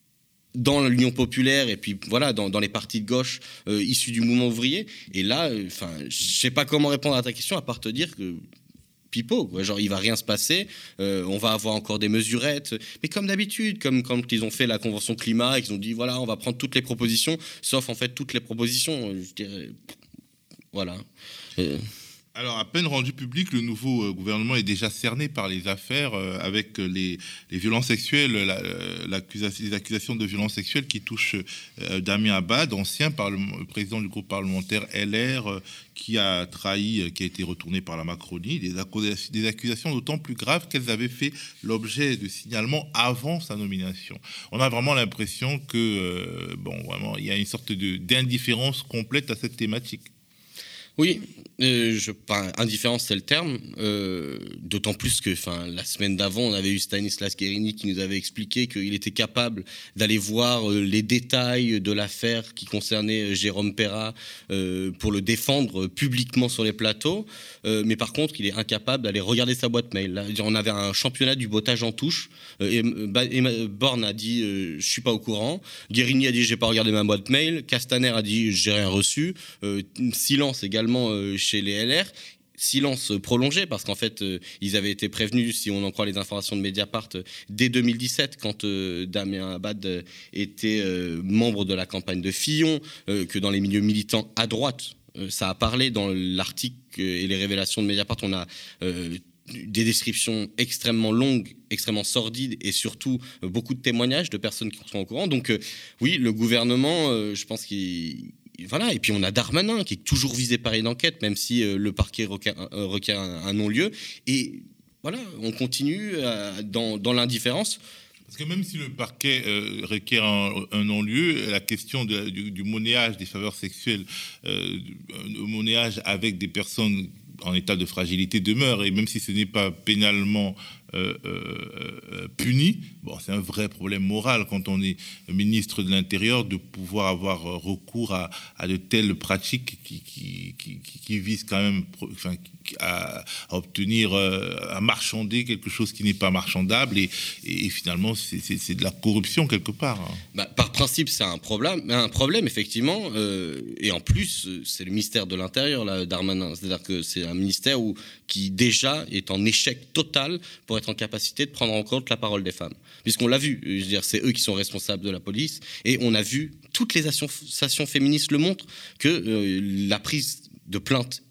dans l'Union populaire et puis voilà dans, dans les partis de gauche euh, issus du mouvement ouvrier. Et là, enfin, euh, je sais pas comment répondre à ta question à part te dire que pipeau, quoi. Genre il va rien se passer, euh, on va avoir encore des mesurettes, mais comme d'habitude, comme quand ils ont fait la convention climat et qu'ils ont dit voilà on va prendre toutes les propositions, sauf en fait toutes les propositions, je dirais, voilà. Euh... Alors, à peine rendu public, le nouveau euh, gouvernement est déjà cerné par les affaires euh, avec les, les violences sexuelles, la, l'accusation, les accusations de violences sexuelles qui touchent euh, Damien Abad, ancien parlement, président du groupe parlementaire L R, euh, qui a trahi, euh, qui a été retourné par la Macronie. Des, accus- des accusations d'autant plus graves qu'elles avaient fait l'objet de signalements avant sa nomination. On a vraiment l'impression que, euh, bon, vraiment, il y a une sorte de, d'indifférence complète à cette thématique. Oui, euh, je, pas, indifférence c'est le terme, euh, d'autant plus que la semaine d'avant, on avait eu Stanislas Guérini qui nous avait expliqué qu'il était capable d'aller voir euh, les détails de l'affaire qui concernait euh, Jérôme Perra euh, pour le défendre euh, publiquement sur les plateaux, euh, mais par contre, il est incapable d'aller regarder sa boîte mail. Là, on avait un championnat du bottage en touche, euh, et, et Borne a dit euh, « je suis pas au courant », Guérini a dit « j'ai pas regardé ma boîte mail », Castaner a dit « j'ai rien reçu euh, », silence également chez les L R, silence prolongé parce qu'en fait euh, ils avaient été prévenus, si on en croit les informations de Mediapart, euh, dès deux mille dix-sept quand euh, Damien Abad euh, était euh, membre de la campagne de Fillon, euh, que dans les milieux militants à droite, euh, ça a parlé dans l'article et les révélations de Mediapart, on a euh, des descriptions extrêmement longues, extrêmement sordides et surtout euh, beaucoup de témoignages de personnes qui sont au courant. Donc euh, oui, le gouvernement, euh, je pense qu'il Voilà, et puis on a Darmanin qui est toujours visé par une enquête, même si euh, le parquet requiert, euh, requiert un, un non-lieu. Et voilà, on continue euh, dans, dans l'indifférence. Parce que même si le parquet euh, requiert un, un non-lieu, la question de, du, du monnayage des faveurs sexuelles, euh, un monnayage avec des personnes en état de fragilité demeure. Et même si ce n'est pas pénalement euh, euh, puni, bon, c'est un vrai problème moral quand on est ministre de l'Intérieur de pouvoir avoir recours à, à de telles pratiques qui, qui, qui, qui visent quand même enfin, à, à obtenir, à marchander quelque chose qui n'est pas marchandable. Et, et finalement, c'est, c'est, c'est de la corruption quelque part. Hein. Bah, par principe, c'est un problème, un problème effectivement. Euh, et en plus, c'est le ministère de l'Intérieur, là, Darmanin. C'est-à-dire que c'est un ministère où, qui déjà est en échec total pour être en capacité de prendre en compte la parole des femmes. Puisqu'on l'a vu, je veux dire, c'est eux qui sont responsables de la police. Et on a vu, toutes les associations féministes le montrent, que euh, la prise de plainte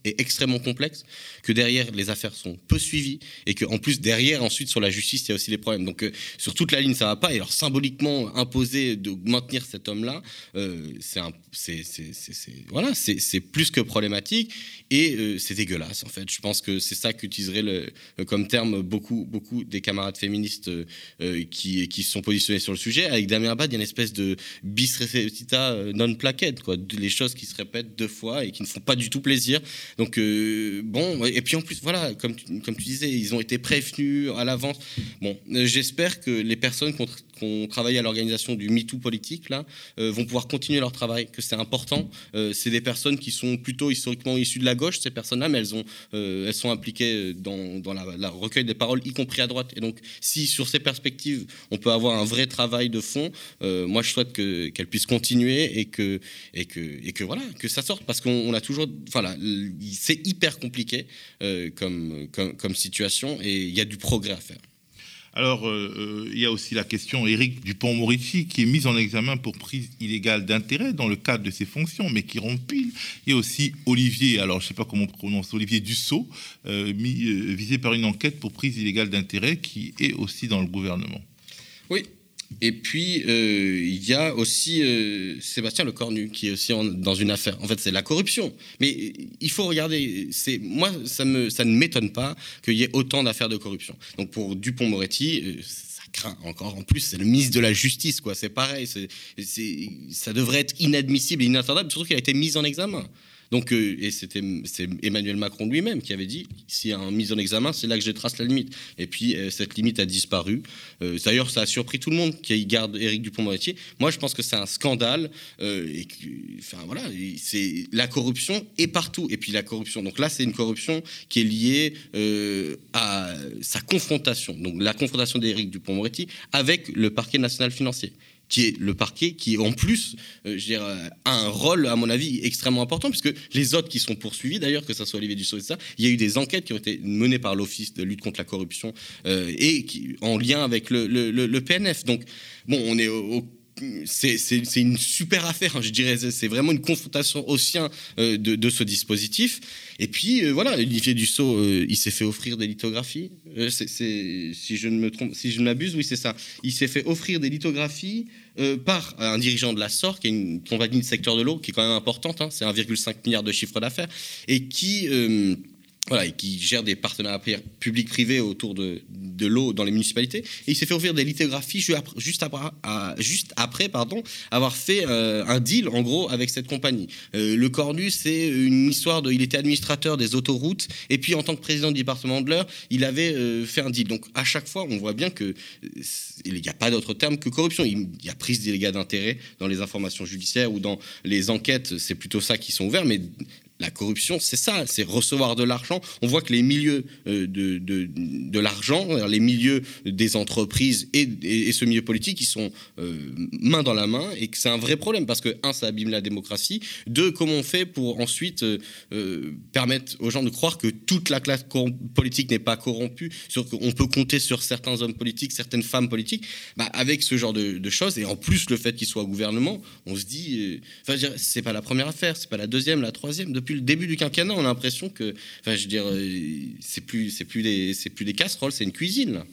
est extrêmement complexe, que derrière les affaires sont peu suivies et qu'en plus derrière ensuite sur la justice il y a aussi des problèmes. Donc euh, sur toute la ligne ça va pas, et alors symboliquement imposer de maintenir cet homme-là, euh, c'est, un, c'est, c'est, c'est, c'est voilà, c'est, c'est plus que problématique et euh, c'est dégueulasse en fait. Je pense que c'est ça qu'utiliserait le, comme terme beaucoup beaucoup des camarades féministes euh, qui qui se sont positionnés sur le sujet. Avec Damien Abad, il y a une espèce de bis repetita non placet, quoi, les choses qui se répètent deux fois et qui ne font pas du tout plaisir. Donc euh, bon, et puis en plus voilà, comme tu, comme tu disais, ils ont été prévenus à l'avance. Bon, euh, j'espère que les personnes qui ont, qui ont travaillé à l'organisation du MeToo politique là euh, vont pouvoir continuer leur travail, que c'est important. Euh, c'est des personnes qui sont plutôt historiquement issues de la gauche, ces personnes-là, mais elles ont, euh, elles sont impliquées dans, dans la, la recueil des paroles, y compris à droite. Et donc, si sur ces perspectives, on peut avoir un vrai travail de fond, euh, moi je souhaite que, qu'elles puissent continuer et que, et que, et que voilà, que ça sorte, parce qu'on on a toujours, voilà, c'est hyper compliqué euh, comme, comme, comme situation et il y a du progrès à faire. Alors, euh, il y a aussi la question Éric Dupond-Moretti qui est mis en examen pour prise illégale d'intérêt dans le cadre de ses fonctions, mais qui rempile. Il y a aussi Olivier, alors je ne sais pas comment on prononce, Olivier Dussault, euh, mis, euh, visé par une enquête pour prise illégale d'intérêt, qui est aussi dans le gouvernement. Oui. Et puis, euh, il y a aussi euh, Sébastien Lecornu, qui est aussi en, dans une affaire. En fait, c'est la corruption. Mais il faut regarder. C'est, moi, ça, me, ça ne m'étonne pas qu'il y ait autant d'affaires de corruption. Donc, pour Dupond-Moretti, euh, ça craint encore. En plus, c'est le ministre de la Justice, quoi. C'est pareil. C'est, c'est, ça devrait être inadmissible et inattendable, surtout qu'il a été mis en examen. Donc, euh, et c'était c'est Emmanuel Macron lui-même qui avait dit, s'il y a une mise en examen, c'est là que je trace la limite. Et puis, euh, cette limite a disparu. Euh, d'ailleurs, ça a surpris tout le monde qui garde Éric Dupond-Moretti. Moi, je pense que c'est un scandale. Euh, et que, enfin, voilà, c'est, la corruption est partout. Et puis, la corruption. Donc là, c'est une corruption qui est liée euh, à sa confrontation. Donc, la confrontation d'Éric Dupond-Moretti avec le parquet national financier, qui est le parquet, qui en plus euh, je dirais, a un rôle, à mon avis, extrêmement important, puisque les autres qui sont poursuivis, d'ailleurs, que ce soit Olivier Dussault et ça, il y a eu des enquêtes qui ont été menées par l'Office de lutte contre la corruption euh, et qui, en lien avec le, le, le, le P N F. Donc, bon, on est au, au C'est, c'est, c'est une super affaire, hein, je dirais. C'est vraiment une confrontation au sien euh, de, de ce dispositif. Et puis, euh, voilà, Olivier Dussault, euh, il s'est fait offrir des lithographies. Euh, c'est, c'est, si je ne me trompe, si je ne m'abuse, oui, c'est ça. Il s'est fait offrir des lithographies euh, par un dirigeant de la S O R, qui est une compagnie de secteur de l'eau, qui est quand même importante. Hein, c'est un virgule cinq milliard de chiffre d'affaires. Et qui... Euh, Voilà, et qui gère des partenariats publics-privés autour de, de l'eau dans les municipalités. Et il s'est fait offrir des lithographies juste après, à, juste après pardon, avoir fait euh, un deal, en gros, avec cette compagnie. Euh, le Cornu, c'est une histoire de... Il était administrateur des autoroutes, et puis en tant que président du département de l'Eure, il avait euh, fait un deal. Donc, à chaque fois, on voit bien qu'il n'y a pas d'autre terme que corruption. Il y a prise d'illégale d'intérêt dans les informations judiciaires ou dans les enquêtes, c'est plutôt ça qui sont ouverts, mais... La corruption, c'est ça, c'est recevoir de l'argent. On voit que les milieux de, de, de l'argent, les milieux des entreprises et, et, et ce milieu politique, ils sont euh, main dans la main, et que c'est un vrai problème parce que, un, ça abîme la démocratie. Deux, comment on fait pour ensuite euh, euh, permettre aux gens de croire que toute la classe politique n'est pas corrompue, sur qu'on peut compter sur certains hommes politiques, certaines femmes politiques, bah, avec ce genre de, de choses, et en plus le fait qu'ils soient au gouvernement, on se dit, euh, enfin, je dirais, c'est pas la première affaire, c'est pas la deuxième, la troisième. Depuis le début du quinquennat, on a l'impression que, enfin, je veux dire, c'est plus, c'est plus des, c'est plus des casseroles, c'est une cuisine là.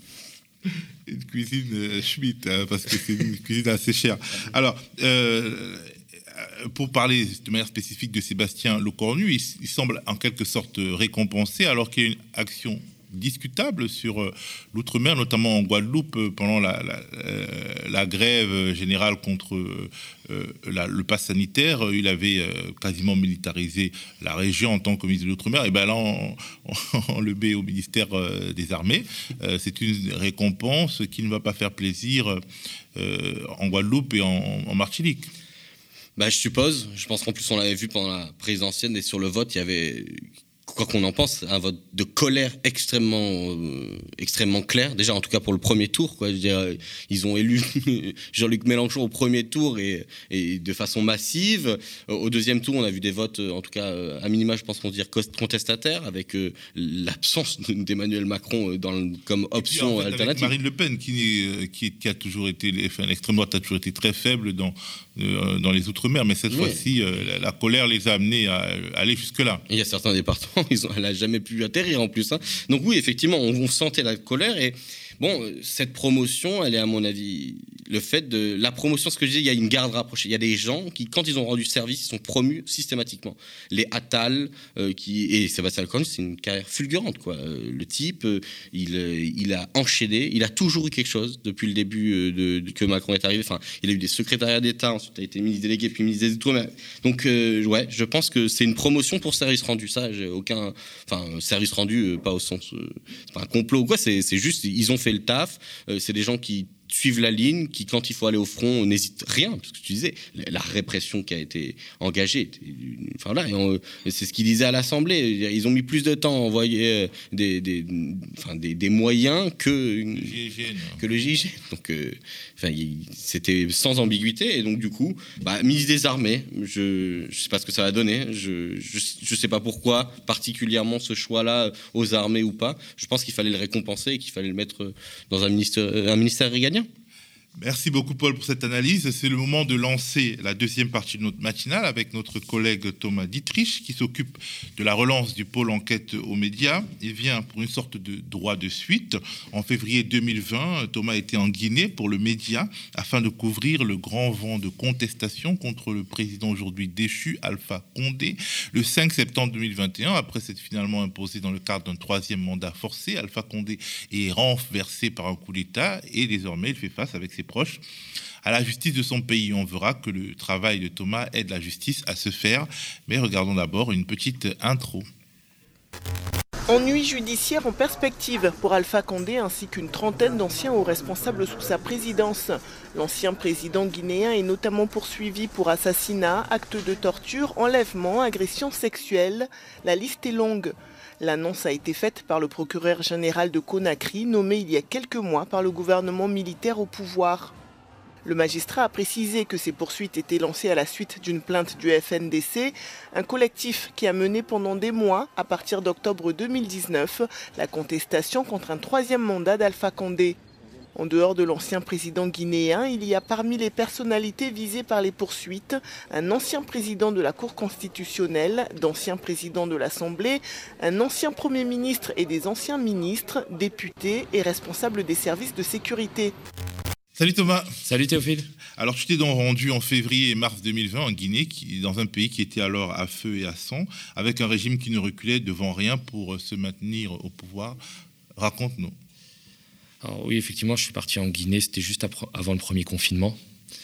Une cuisine euh, Schmitt, hein, parce que c'est une cuisine assez chère. Alors, euh, pour parler de manière spécifique de Sébastien Lecornu, il, il semble en quelque sorte récompensé, alors qu'il y a une action discutable sur euh, l'outre-mer, notamment en Guadeloupe, euh, pendant la, la, euh, la grève générale contre euh, la, le pass sanitaire. Il avait euh, quasiment militarisé la région en tant que ministre de l'outre-mer. Et bien là, on, on, on le met au ministère euh, des Armées. Euh, c'est une récompense qui ne va pas faire plaisir euh, en Guadeloupe et en, en Martinique. Bah, je suppose. Je pense qu'en plus, on l'avait vu pendant la présidentielle, et sur le vote, il y avait... Quoi qu'on en pense, un vote de colère extrêmement, euh, extrêmement clair. Déjà, en tout cas pour le premier tour, quoi. Je veux dire, ils ont élu Jean-Luc Mélenchon au premier tour et, et de façon massive. Au deuxième tour, on a vu des votes, en tout cas à minima, je pense qu'on peut dire contestataires, avec euh, l'absence d'Emmanuel Macron dans le, comme option puis, en fait, alternative. Marine Le Pen, qui, qui, qui a toujours été, enfin, l'extrême droite a toujours été très faible dans euh, dans les Outre-mer, mais cette oui. fois-ci, euh, la, la colère les a amenés à, à aller jusque-là. Il y a certains départements, ils ont, elle n'a jamais pu atterrir en plus. Hein. Donc oui, effectivement, on, on sentait la colère. Et bon, cette promotion, elle est à mon avis, le fait de la promotion, ce que je dis, il y a une garde rapprochée. Il y a des gens qui, quand ils ont rendu service, ils sont promus systématiquement. Les Attal, euh, qui, et Sébastien Lecornu, c'est une carrière fulgurante, quoi. Euh, le type, euh, il, euh, il a enchaîné, il a toujours eu quelque chose depuis le début euh, de, de, que Macron est arrivé. Enfin, il a eu des secrétariats d'État, ensuite il a été ministre délégué, puis ministre des Outre-mer. Donc, euh, ouais, je pense que c'est une promotion pour service rendu. Ça, j'ai aucun, enfin, service rendu, euh, pas au sens, euh, c'est pas un complot ou quoi. C'est, c'est juste, ils ont fait le taf. Euh, c'est des gens qui suivent la ligne, qui, quand il faut aller au front, n'hésitent rien, parce que tu disais, la répression qui a été engagée, enfin là, et on, c'est ce qu'ils disaient à l'Assemblée, ils ont mis plus de temps à envoyer des, des, enfin, des, des moyens que le G I G N. Que le G I G N. Donc, euh, enfin, c'était sans ambiguïté, et donc du coup, bah, ministre des Armées, je ne sais pas ce que ça va donner, je ne sais pas pourquoi, particulièrement ce choix-là aux armées ou pas. Je pense qu'il fallait le récompenser et qu'il fallait le mettre dans un ministère, un ministère régalien. Merci beaucoup Paul pour cette analyse. C'est le moment de lancer la deuxième partie de notre matinale avec notre collègue Thomas Dietrich qui s'occupe de la relance du pôle enquête aux médias. Il vient pour une sorte de droit de suite. En février deux mille vingt, Thomas était en Guinée pour le Média afin de couvrir le grand vent de contestation contre le président aujourd'hui déchu Alpha Condé. Le cinq septembre deux mille vingt et un, après s'être finalement imposé dans le cadre d'un troisième mandat forcé, Alpha Condé est renversé par un coup d'État et désormais il fait face avec ses proches à la justice de son pays. On verra que le travail de Thomas aide la justice à se faire. Mais regardons d'abord une petite intro. Ennui judiciaire en perspective pour Alpha Condé ainsi qu'une trentaine d'anciens hauts responsables sous sa présidence. L'ancien président guinéen est notamment poursuivi pour assassinat, actes de torture, enlèvement, agression sexuelle. La liste est longue. L'annonce a été faite par le procureur général de Conakry, nommé il y a quelques mois par le gouvernement militaire au pouvoir. Le magistrat a précisé que ces poursuites étaient lancées à la suite d'une plainte du F N D C, un collectif qui a mené pendant des mois, à partir d'octobre deux mille dix-neuf, la contestation contre un troisième mandat d'Alpha Condé. En dehors de l'ancien président guinéen, il y a parmi les personnalités visées par les poursuites un ancien président de la Cour constitutionnelle, d'anciens présidents de l'Assemblée, un ancien Premier ministre et des anciens ministres, députés et responsables des services de sécurité. Salut Thomas. Salut Théophile. Alors tu t'es donc rendu en février et mars deux mille vingt en Guinée, qui, dans un pays qui était alors à feu et à sang, avec un régime qui ne reculait devant rien pour se maintenir au pouvoir. Raconte-nous. Alors oui, effectivement, je suis parti en Guinée, c'était juste après, avant le premier confinement.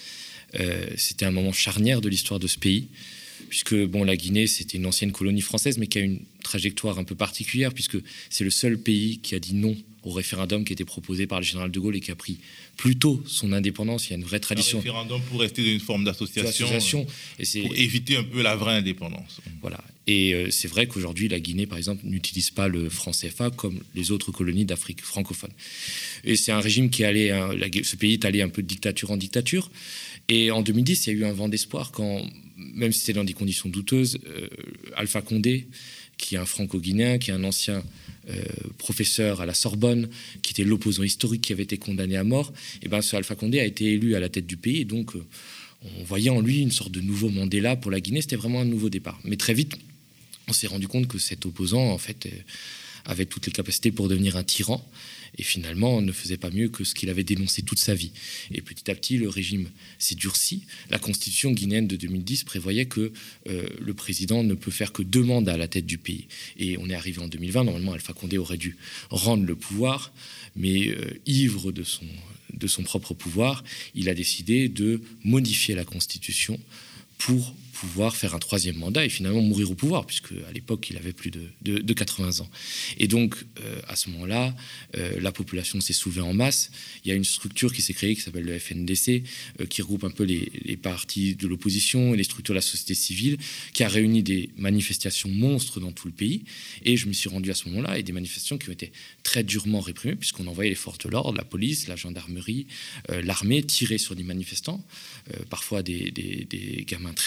Euh, c'était un moment charnière de l'histoire de ce pays, puisque bon, la Guinée, c'était une ancienne colonie française, mais qui a une trajectoire un peu particulière, puisque c'est le seul pays qui a dit non au référendum qui a été proposé par le général de Gaulle et qui a pris plus tôt son indépendance. Il y a une vraie tradition. Un référendum pour rester dans une forme d'association, et c'est... pour éviter un peu la vraie indépendance. Voilà. Et euh, c'est vrai qu'aujourd'hui, la Guinée, par exemple, n'utilise pas le franc C F A comme les autres colonies d'Afrique francophone. Et c'est un régime qui est allé, hein, la, ce pays est allé un peu de dictature en dictature. Et en deux mille dix, il y a eu un vent d'espoir quand, même si c'était dans des conditions douteuses, euh, Alpha Condé, qui est un franco-guinéen, qui est un ancien euh, professeur à la Sorbonne, qui était l'opposant historique qui avait été condamné à mort, et ben ce Alpha Condé a été élu à la tête du pays. Et donc, euh, on voyait en lui une sorte de nouveau Mandela pour la Guinée. C'était vraiment un nouveau départ. Mais très vite, on s'est rendu compte que cet opposant, en fait, euh, avait toutes les capacités pour devenir un tyran. Et finalement, on ne faisait pas mieux que ce qu'il avait dénoncé toute sa vie. Et petit à petit, le régime s'est durci. La constitution guinéenne de deux mille dix prévoyait que euh, le président ne peut faire que deux mandats à la tête du pays. Et on est arrivé en deux mille vingt. Normalement, Alpha Condé aurait dû rendre le pouvoir, mais euh, ivre de son, de son propre pouvoir, il a décidé de modifier la constitution pour pouvoir faire un troisième mandat et finalement mourir au pouvoir, puisque à l'époque, il avait plus de, de, de quatre-vingts ans. Et donc, euh, à ce moment-là, euh, la population s'est soulevée en masse. Il y a une structure qui s'est créée qui s'appelle le F N D C, euh, qui regroupe un peu les, les partis de l'opposition et les structures de la société civile, qui a réuni des manifestations monstres dans tout le pays. Et je me suis rendu à ce moment-là, et des manifestations qui ont été très durement réprimées, puisqu'on envoyait les forces de l'ordre, la police, la gendarmerie, euh, l'armée, tirer sur des manifestants, euh, parfois des, des, des gamins très jeunes.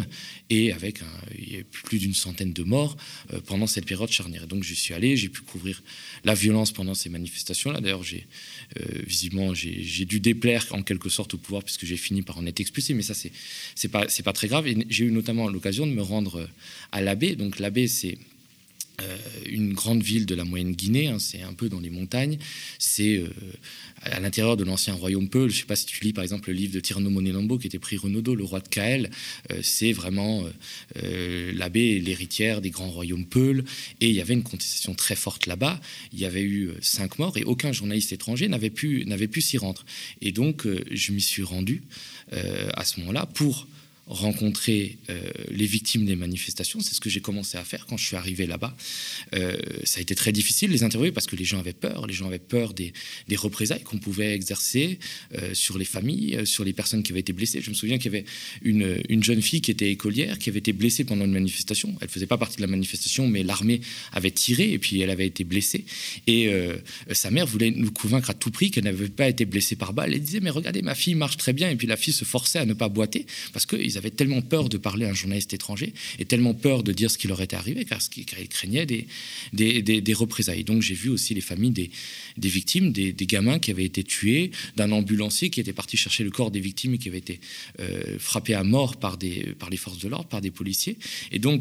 et avec un, il y a plus d'une centaine de morts euh, pendant cette période charnière. Et donc je suis allé, j'ai pu couvrir la violence pendant ces manifestations-là. D'ailleurs, j'ai, euh, visiblement, j'ai, j'ai dû déplaire en quelque sorte au pouvoir puisque j'ai fini par en être expulsé, mais ça, c'est, c'est, pas, c'est pas très grave. Et j'ai eu notamment l'occasion de me rendre à l'Abbé. Donc l'Abbé, c'est Euh, une grande ville de la moyenne Guinée, hein, c'est un peu dans les montagnes, c'est euh, à l'intérieur de l'ancien royaume Peul. Je ne sais pas si tu lis par exemple le livre de Tirno Monelambo qui était prix Renaudot, le roi de Kael, euh, c'est vraiment euh, euh, l'Abbé, l'héritière des grands royaumes Peul, et il y avait une contestation très forte là-bas. Il y avait eu euh, cinq morts et aucun journaliste étranger n'avait pu, n'avait pu s'y rendre. Et donc euh, je m'y suis rendu euh, à ce moment-là pour rencontrer euh, les victimes des manifestations. C'est ce que j'ai commencé à faire quand je suis arrivé là-bas. Euh, ça a été très difficile de les interviewer parce que les gens avaient peur. Les gens avaient peur des, des représailles qu'on pouvait exercer euh, sur les familles, euh, sur les personnes qui avaient été blessées. Je me souviens qu'il y avait une, une jeune fille qui était écolière, qui avait été blessée pendant une manifestation. Elle ne faisait pas partie de la manifestation, mais l'armée avait tiré et puis elle avait été blessée. Et euh, sa mère voulait nous convaincre à tout prix qu'elle n'avait pas été blessée par balle. Elle disait, mais regardez, ma fille marche très bien. Et puis la fille se forçait à ne pas boiter parce qu'ils avaient tellement peur de parler à un journaliste étranger et tellement peur de dire ce qui leur était arrivé car ils craignaient des, des, des, des représailles. Donc j'ai vu aussi les familles des, des victimes, des, des gamins qui avaient été tués, d'un ambulancier qui était parti chercher le corps des victimes et qui avait été euh, frappé à mort par, des, par les forces de l'ordre, par des policiers. Et donc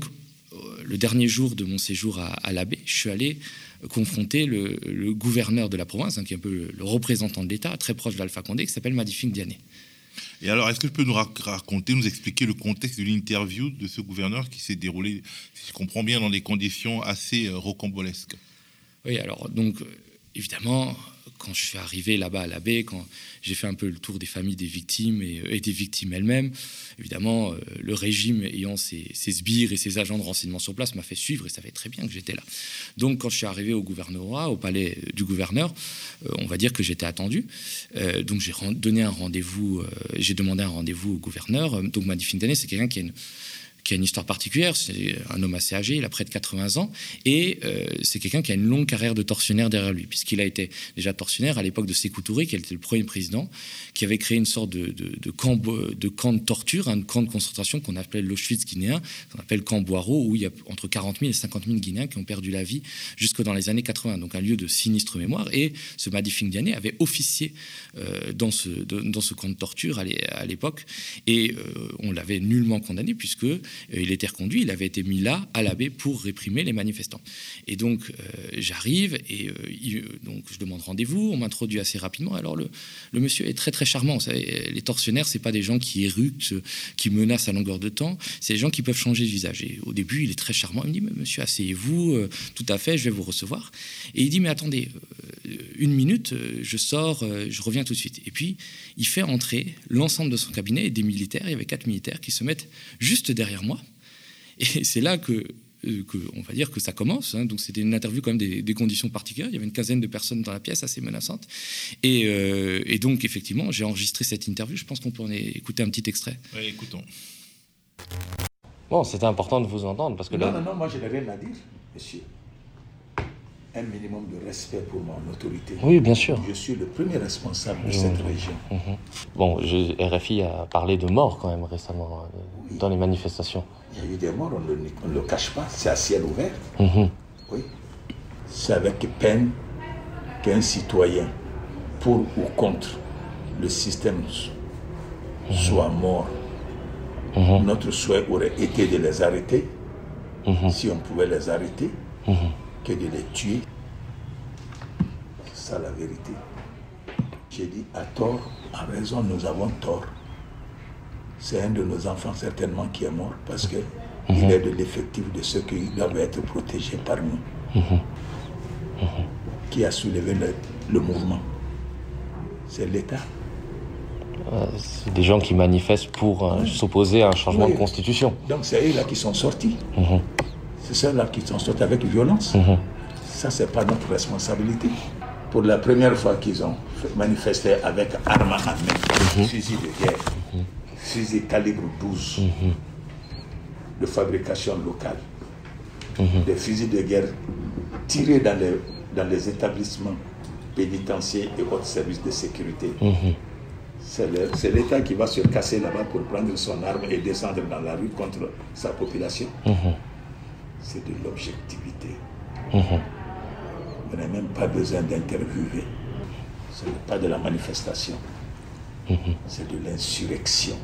le dernier jour de mon séjour à, à l'Abbé, je suis allé confronter le, le gouverneur de la province, hein, qui est un peu le, le représentant de l'État, très proche d'Alpha Condé, qui s'appelle Madifing Diané. Et alors, est-ce que tu peux nous raconter, nous expliquer le contexte de l'interview de ce gouverneur qui s'est déroulé, si je comprends bien, dans des conditions assez euh, rocambolesques? Oui, alors, donc, euh, évidemment, quand je suis arrivé là-bas à l'Abbé, quand j'ai fait un peu le tour des familles des victimes et, et des victimes elles-mêmes, évidemment, euh, le régime ayant ses, ses sbires et ses agents de renseignement sur place m'a fait suivre et savait très bien que j'étais là. Donc, quand je suis arrivé au gouvernorat, au palais du gouverneur, euh, on va dire que j'étais attendu. Euh, donc, j'ai donné un rendez-vous, euh, j'ai demandé un rendez-vous au gouverneur. Donc, Madifing Diané, c'est quelqu'un qui a une qui a une histoire particulière, c'est un homme assez âgé, il a près de quatre-vingts ans, et euh, c'est quelqu'un qui a une longue carrière de tortionnaire derrière lui, puisqu'il a été déjà tortionnaire à l'époque de Sékou Touré, qui était le premier président, qui avait créé une sorte de, de, de, camp, de camp de torture, un camp de concentration qu'on appelait l'Auschwitz guinéen, qu'on appelle camp Boiro, où il y a entre quarante mille et cinquante mille Guinéens qui ont perdu la vie jusque dans les années quatre-vingts, donc un lieu de sinistre mémoire, et ce Madifing Diané avait officié euh, dans, ce, de, dans ce camp de torture à l'époque, et euh, on l'avait nullement condamné, puisque il était reconduit, il avait été mis là, à l'Abbé, pour réprimer les manifestants. Et donc, euh, j'arrive, et euh, il, donc, je demande rendez-vous, on m'introduit assez rapidement. Alors, le, le monsieur est très, très charmant. Vous savez, les tortionnaires, ce n'est pas des gens qui éructent, qui menacent à longueur de temps, c'est des gens qui peuvent changer de visage. Et au début, il est très charmant. Il me dit, mais monsieur, asseyez-vous, euh, tout à fait, je vais vous recevoir. Et il dit, mais attendez, euh, une minute, euh, je sors, euh, je reviens tout de suite. Et puis, il fait entrer l'ensemble de son cabinet et des militaires. Il y avait quatre militaires qui se mettent juste derrière moi. Et c'est là que, euh, que, on va dire que ça commence. Hein. Donc c'était une interview quand même des, des conditions particulières. Il y avait une quinzaine de personnes dans la pièce, assez menaçante. Et, euh, et donc effectivement, j'ai enregistré cette interview. Je pense qu'on peut en écouter un petit extrait. Oui, écoutons. Bon, c'était important de vous entendre parce que non, là... non, non, moi je n'ai rien à dire, monsieur. Un minimum de respect pour mon autorité. Oui, bien sûr. Je suis le premier responsable de mmh. cette région. Mmh. Bon, je, R F I a parlé de morts quand même récemment euh, oui. dans les manifestations. Il y a eu des morts, on ne le cache pas, c'est à ciel ouvert. Mmh. Oui. C'est avec peine qu'un citoyen, pour ou contre le système, mmh. soit mort. Mmh. Notre souhait aurait été de les arrêter, mmh. si on pouvait les arrêter. Mmh. Que de les tuer. C'est ça la vérité. J'ai dit à tort, à raison, nous avons tort. C'est un de nos enfants certainement qui est mort parce qu'il mm-hmm. est de l'effectif de ceux qui doivent être protégés par nous. Mm-hmm. Mm-hmm. Qui a soulevé le, le mouvement? C'est l'État. Euh, c'est des gens qui manifestent pour euh, oui. s'opposer à un changement oui. de constitution. Donc c'est eux là qui sont sortis. Mm-hmm. C'est ceux-là qui sont sortis avec violence. Mmh. Ça, c'est pas notre responsabilité. Pour la première fois qu'ils ont manifesté avec armes à main, mmh. fusils de guerre, mmh. fusils calibre douze, mmh. de fabrication locale, mmh. des fusils de guerre tirés dans les, dans les établissements pénitentiaires et autres services de sécurité. Mmh. C'est l'État qui va se casser là-bas pour prendre son arme et descendre dans la rue contre sa population. Mmh. C'est de l'objectivité. Mmh. Vous n'avez même pas besoin d'interviewer. Ce n'est pas de la manifestation. Mmh. C'est de l'insurrection.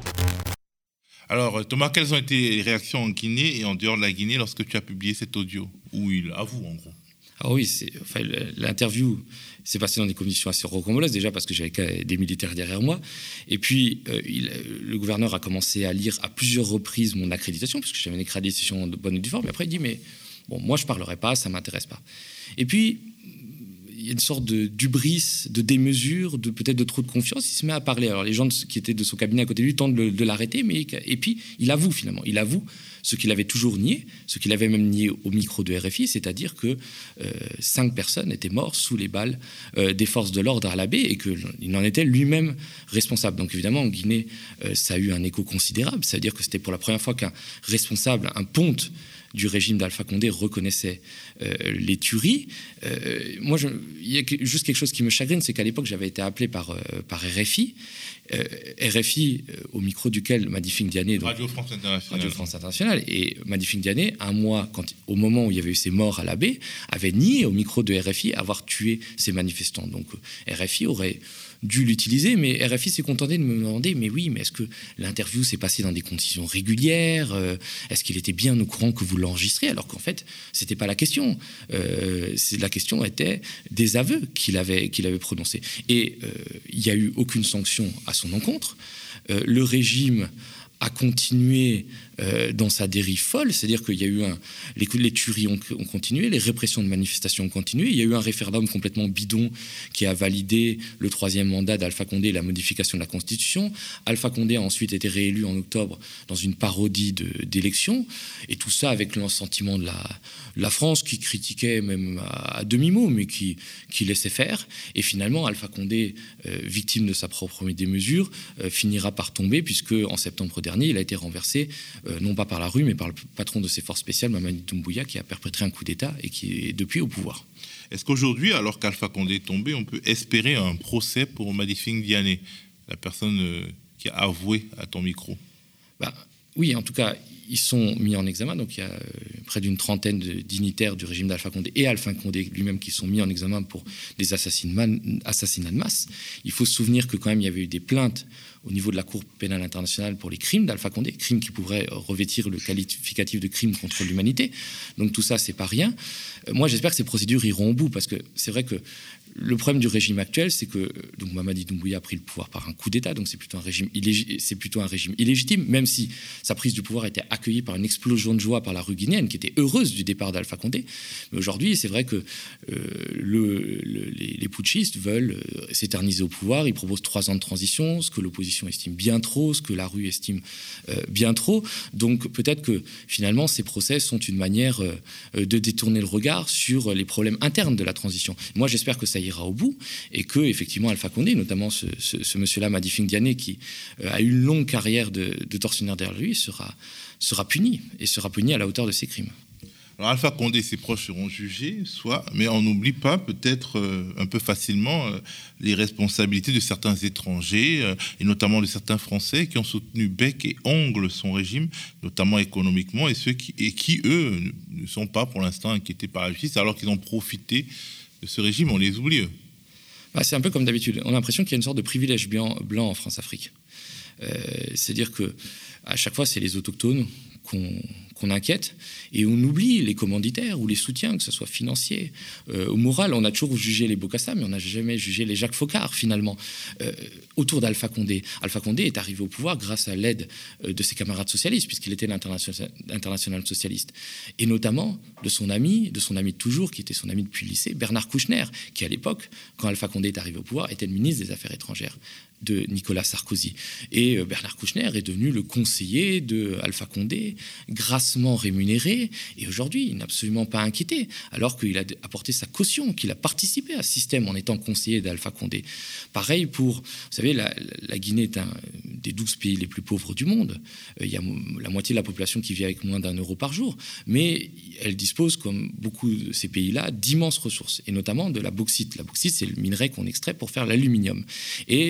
Alors, Thomas, quelles ont été les réactions en Guinée et en dehors de la Guinée lorsque tu as publié cet audio, où il avoue, en gros? Ah oui, c'est, enfin, l'interview s'est passée dans des conditions assez rocambolesques, déjà parce que j'avais des militaires derrière moi. Et puis, euh, il, le gouverneur a commencé à lire à plusieurs reprises mon accréditation, parce que j'avais une accréditation de bonne et due forme. Et après, il dit, mais bon, moi, je ne parlerai pas, ça ne m'intéresse pas. Et puis, il y a une sorte de d'hubris, de démesure, de, peut-être de trop de confiance. Il se met à parler. Alors, les gens qui étaient de son cabinet à côté de lui tentent de, de l'arrêter, mais, et puis, il avoue finalement. Il avoue ce qu'il avait toujours nié, ce qu'il avait même nié au micro de R F I, c'est-à-dire que euh, cinq personnes étaient mortes sous les balles euh, des forces de l'ordre à la baie et qu'il en était lui-même responsable. Donc évidemment, en Guinée, euh, ça a eu un écho considérable, c'est-à-dire que c'était pour la première fois qu'un responsable, un ponte du régime d'Alpha Condé reconnaissait euh, les tueries. Euh, moi, je, il y a juste quelque chose qui me chagrine, c'est qu'à l'époque, j'avais été appelé par, euh, par R F I, euh, R F I, euh, au micro duquel Madifing Diané, donc, Radio France Internationale, Radio France Internationale, et Madifing Diané, un mois, quand, au moment où il y avait eu ces morts à la baie, avait nié au micro de R F I avoir tué ces manifestants. Donc euh, R F I aurait dû l'utiliser, mais R F I s'est contenté de me demander, mais oui, mais est-ce que l'interview s'est passée dans des conditions régulières? euh, Est-ce qu'il était bien au courant que vous l'enregistrez? Alors qu'en fait, c'était pas la question. Euh, la question était des aveux qu'il avait, qu'il avait prononcés. Et euh, il n'y a eu aucune sanction à son encontre. Euh, le régime a continué euh, dans sa dérive folle, c'est-à-dire qu'il y a eu un, les, les tueries ont, ont continué, les répressions de manifestations ont continué, il y a eu un référendum complètement bidon qui a validé le troisième mandat d'Alpha Condé et la modification de la Constitution. Alpha Condé a ensuite été réélu en octobre dans une parodie de, d'élection, et tout ça avec le sentiment de la, la France qui critiquait même à, à demi-mot, mais qui, qui laissait faire. Et finalement, Alpha Condé, euh, victime de sa propre démesure, euh, finira par tomber, puisque en septembre dernier, il a été renversé, euh, non pas par la rue, mais par le patron de ses forces spéciales, Mamadi Doumbouya, qui a perpétré un coup d'État et qui est depuis au pouvoir. Est-ce qu'aujourd'hui, alors qu'Alpha Condé est tombé, on peut espérer un procès pour Madifing Diané, la personne euh, qui a avoué à ton micro? Bah, oui, en tout cas, ils sont mis en examen. Donc il y a euh, près d'une trentaine de dignitaires du régime d'Alpha Condé et Alpha Condé lui-même qui sont mis en examen pour des assassinats de masse. Il faut se souvenir que quand même il y avait eu des plaintes au niveau de la Cour pénale internationale pour les crimes d'Alpha Condé, crimes qui pourraient revêtir le qualificatif de crime contre l'humanité. Donc tout ça, c'est pas rien. Euh, moi, j'espère que ces procédures iront au bout, parce que c'est vrai que le problème du régime actuel, c'est que donc Mamadi Doumbouya a pris le pouvoir par un coup d'État, donc c'est plutôt un régime illég- c'est plutôt un régime illégitime, même si sa prise du pouvoir était accueillie par une explosion de joie par la rue guinéenne, qui était heureuse du départ d'Alpha Condé. Mais aujourd'hui, c'est vrai que euh, le, le, les, les putschistes veulent euh, s'éterniser au pouvoir. Ils proposent trois ans de transition, ce que l'opposition estime bien trop, ce que la rue estime euh, bien trop. Donc peut-être que finalement, ces procès sont une manière euh, de détourner le regard sur les problèmes internes de la transition. Moi, j'espère que ça ira au bout et que effectivement Alpha Condé, notamment ce, ce, ce monsieur-là, Madifing Diané, qui euh, a eu une longue carrière de, de tortionnaire derrière lui, sera, sera puni et sera puni à la hauteur de ses crimes. Alors Alpha Condé et ses proches seront jugés, soit, mais on n'oublie pas peut-être euh, un peu facilement euh, les responsabilités de certains étrangers, euh, et notamment de certains Français qui ont soutenu bec et ongle son régime, notamment économiquement, et ceux qui, et qui eux, ne sont pas pour l'instant inquiétés par la justice, alors qu'ils ont profité de ce régime, on les oublie. Bah, c'est un peu comme d'habitude. On a l'impression qu'il y a une sorte de privilège blanc, blanc en France-Afrique. Euh, c'est-à-dire que à chaque fois, c'est les autochtones qu'on, qu'on inquiète, et on oublie les commanditaires ou les soutiens, que ce soit financier euh, ou moral. On a toujours jugé les Bokassa, mais on n'a jamais jugé les Jacques Foccart, finalement, euh, autour d'Alpha Condé. Alpha Condé est arrivé au pouvoir grâce à l'aide euh, de ses camarades socialistes, puisqu'il était l'international international socialiste, et notamment de son ami, de son ami de toujours, qui était son ami depuis le lycée, Bernard Kouchner, qui à l'époque, quand Alpha Condé est arrivé au pouvoir, était le ministre des Affaires étrangères de Nicolas Sarkozy. Et euh, Bernard Kouchner est devenu le conseiller de Alpha Condé, grassement rémunéré, et aujourd'hui, il n'est absolument pas inquiété, alors qu'il a apporté sa caution, qu'il a participé à ce système en étant conseiller d'Alpha Condé. Pareil pour, vous savez, la, la Guinée est un des douze pays les plus pauvres du monde. Euh, il y a la moitié de la population qui vit avec moins d'un euro par jour, mais elle dispose, comme beaucoup de ces pays-là, d'immenses ressources, et notamment de la bauxite. La bauxite, c'est le minerai qu'on extrait pour faire l'aluminium. Et c'est les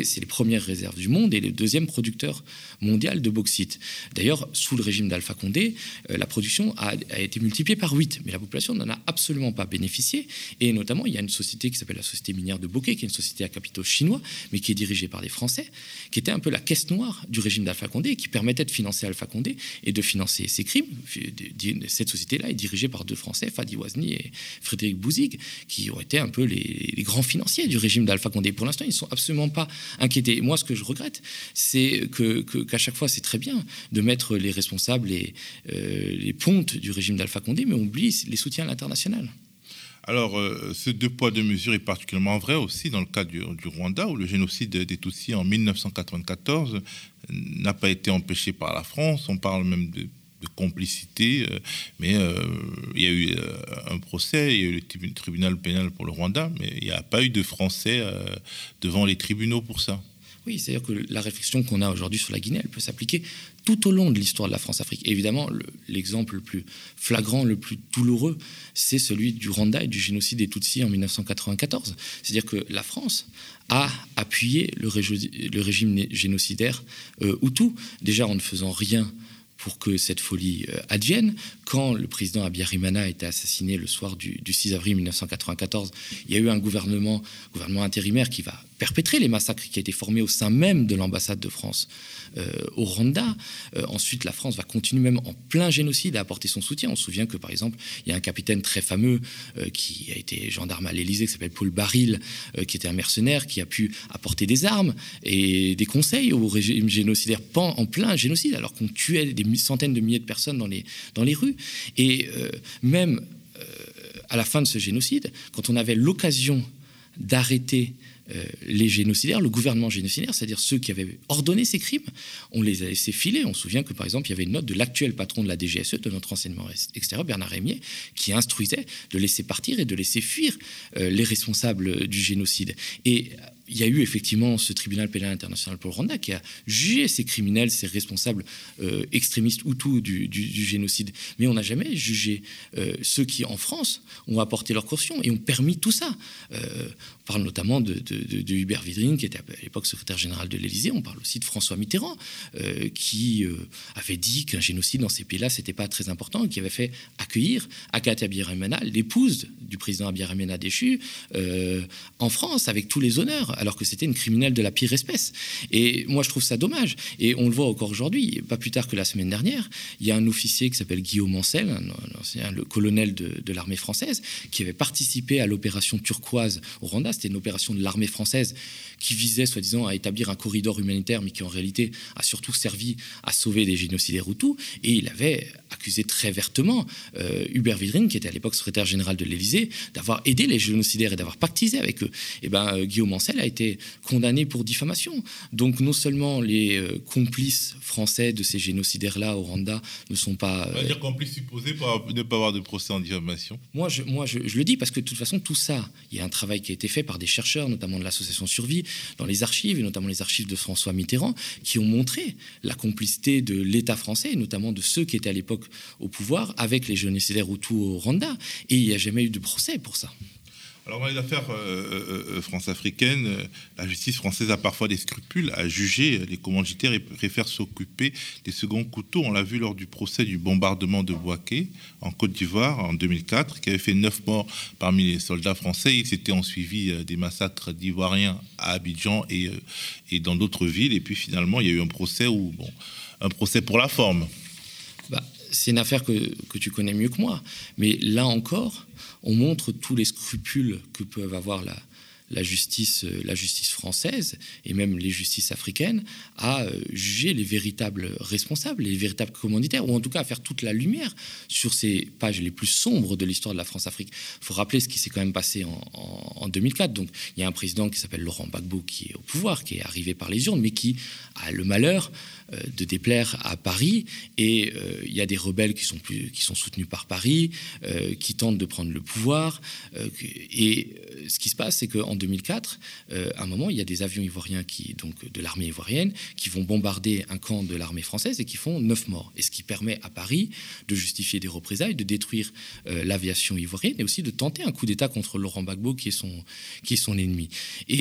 première réserve du monde et le deuxième producteur mondial de bauxite. D'ailleurs, sous le régime d'Alpha Condé, euh, la production a, a été multipliée par huit, mais la population n'en a absolument pas bénéficié. Et notamment, il y a une société qui s'appelle la Société minière de Bokeh, qui est une société à capitaux chinois, mais qui est dirigée par des Français, qui était un peu la caisse noire du régime d'Alpha Condé, qui permettait de financer Alpha Condé et de financer ses crimes. Cette société-là est dirigée par deux Français, Fadi Ouazni et Frédéric Bouzigues, qui ont été un peu les, les grands financiers du régime d'Alpha Condé. Pour l'instant, ils ne sont absolument pas inquiétés. Moi, ce que je regrette, c'est que, que, qu'à chaque fois, c'est très bien de mettre les responsables, les, euh, les pontes du régime d'Alpha Condé, mais on oublie les soutiens à l'international. Alors, euh, ce deux poids, deux mesures est particulièrement vrai aussi dans le cas du, du Rwanda, où le génocide des Tutsis en mille neuf cent quatre-vingt-quatorze n'a pas été empêché par la France. On parle même de, de complicité, euh, mais euh, il y a eu euh, un procès, il y a eu le tribunal pénal pour le Rwanda, mais il n'y a pas eu de Français euh, devant les tribunaux pour ça. Oui, c'est-à-dire que la réflexion qu'on a aujourd'hui sur la Guinée, elle peut s'appliquer tout au long de l'histoire de la France-Afrique. Et évidemment, le, l'exemple le plus flagrant, le plus douloureux, c'est celui du Rwanda et du génocide des Tutsis en mille neuf cent quatre-vingt-quatorze. C'est-à-dire que la France a appuyé le, régi- le régime génocidaire euh, Hutu, déjà en ne faisant rien pour que cette folie euh, advienne. Quand le président Habyarimana a été assassiné le soir du, du six avril mille neuf cent quatre-vingt-quatorze, il y a eu un gouvernement, gouvernement intérimaire qui va perpétrer les massacres, qui a été formé au sein même de l'ambassade de France euh, au Rwanda. Euh, ensuite, la France va continuer même en plein génocide à apporter son soutien. On se souvient que, par exemple, il y a un capitaine très fameux euh, qui a été gendarme à l'Élysée, qui s'appelle Paul Baril, euh, qui était un mercenaire, qui a pu apporter des armes et des conseils au régime génocidaire en plein génocide, alors qu'on tuait des centaines de milliers de personnes dans les, dans les rues. Et euh, même euh, à la fin de ce génocide, quand on avait l'occasion d'arrêter euh, les génocidaires, le gouvernement génocidaire, c'est-à-dire ceux qui avaient ordonné ces crimes, on les a laissés filer. On se souvient que, par exemple, il y avait une note de l'actuel patron de la D G S E, de notre renseignement extérieur, Bernard Rémier, qui instruisait de laisser partir et de laisser fuir euh, les responsables du génocide. Et il y a eu effectivement ce tribunal pénal international pour le Rwanda qui a jugé ces criminels, ces responsables euh, extrémistes Hutus du, du, du génocide. Mais on n'a jamais jugé euh, ceux qui, en France, ont apporté leur caution et ont permis tout ça. Euh, on parle notamment de, de, de, de Hubert Védrine, qui était à l'époque secrétaire général de l'Élysée. On parle aussi de François Mitterrand, euh, qui euh, avait dit qu'un génocide dans ces pays-là, c'était pas très important, et qui avait fait accueillir Agathe Habyarimana, l'épouse du président Habyarimana déchu, euh, en France, avec tous les honneurs, alors que c'était une criminelle de la pire espèce. Et moi, je trouve ça dommage. Et on le voit encore aujourd'hui. Pas plus tard que la semaine dernière, il y a un officier qui s'appelle Guillaume Ancel, un ancien, le colonel de, de l'armée française, qui avait participé à l'opération turquoise au Rwanda. C'était une opération de l'armée française qui visait, soi-disant, à établir un corridor humanitaire, mais qui, en réalité, a surtout servi à sauver des génocidaires Hutus. Et il avait accusé très vertement euh, Hubert Védrine, qui était à l'époque secrétaire général de l'Élysée, d'avoir aidé les génocidaires et d'avoir pactisé avec eux. Et ben, euh, Guillaume Ancel a été condamné pour diffamation. Donc non seulement les euh, complices français de ces génocidaires-là au Rwanda ne sont pas... On va dire complices supposés pour ne pas avoir de procès en diffamation. Moi, je, moi je, je le dis parce que de toute façon, tout ça, il y a un travail qui a été fait par des chercheurs, notamment de l'association Survie, dans les archives, et notamment les archives de François Mitterrand, qui ont montré la complicité de l'État français, et notamment de ceux qui étaient à l'époque au pouvoir, avec les génocidaires Hutus au Rwanda. Et il n'y a jamais eu de procès pour ça. Alors, dans les affaires euh, euh, france-africaines, euh, la justice française a parfois des scrupules à juger les commanditaires et préfère s'occuper des seconds couteaux. On l'a vu lors du procès du bombardement de Bouaké en Côte d'Ivoire en deux mille quatre, qui avait fait neuf morts parmi les soldats français. Il s'était en suivi euh, des massacres d'Ivoiriens à Abidjan et, euh, et dans d'autres villes. Et puis finalement, il y a eu un procès où, bon, un procès pour la forme. Bah, c'est une affaire que, que tu connais mieux que moi. Mais là encore, on montre tous les scrupules que peuvent avoir la, la, justice, la justice française et même les justices africaines à juger les véritables responsables, les véritables commanditaires, ou en tout cas à faire toute la lumière sur ces pages les plus sombres de l'histoire de la France-Afrique. Il faut rappeler ce qui s'est quand même passé en, en, en deux mille quatre. Donc, il y a un président qui s'appelle Laurent Gbagbo qui est au pouvoir, qui est arrivé par les urnes, mais qui a le malheur de déplaire à Paris, et euh, il y a des rebelles qui sont, plus, qui sont soutenus par Paris, euh, qui tentent de prendre le pouvoir, euh, et euh, ce qui se passe, c'est qu'en deux mille quatre, euh, à un moment, il y a des avions ivoiriens qui, donc, de l'armée ivoirienne qui vont bombarder un camp de l'armée française et qui font neuf morts, et ce qui permet à Paris de justifier des représailles, de détruire euh, l'aviation ivoirienne, et aussi de tenter un coup d'État contre Laurent Gbagbo qui est son, qui est son ennemi. Et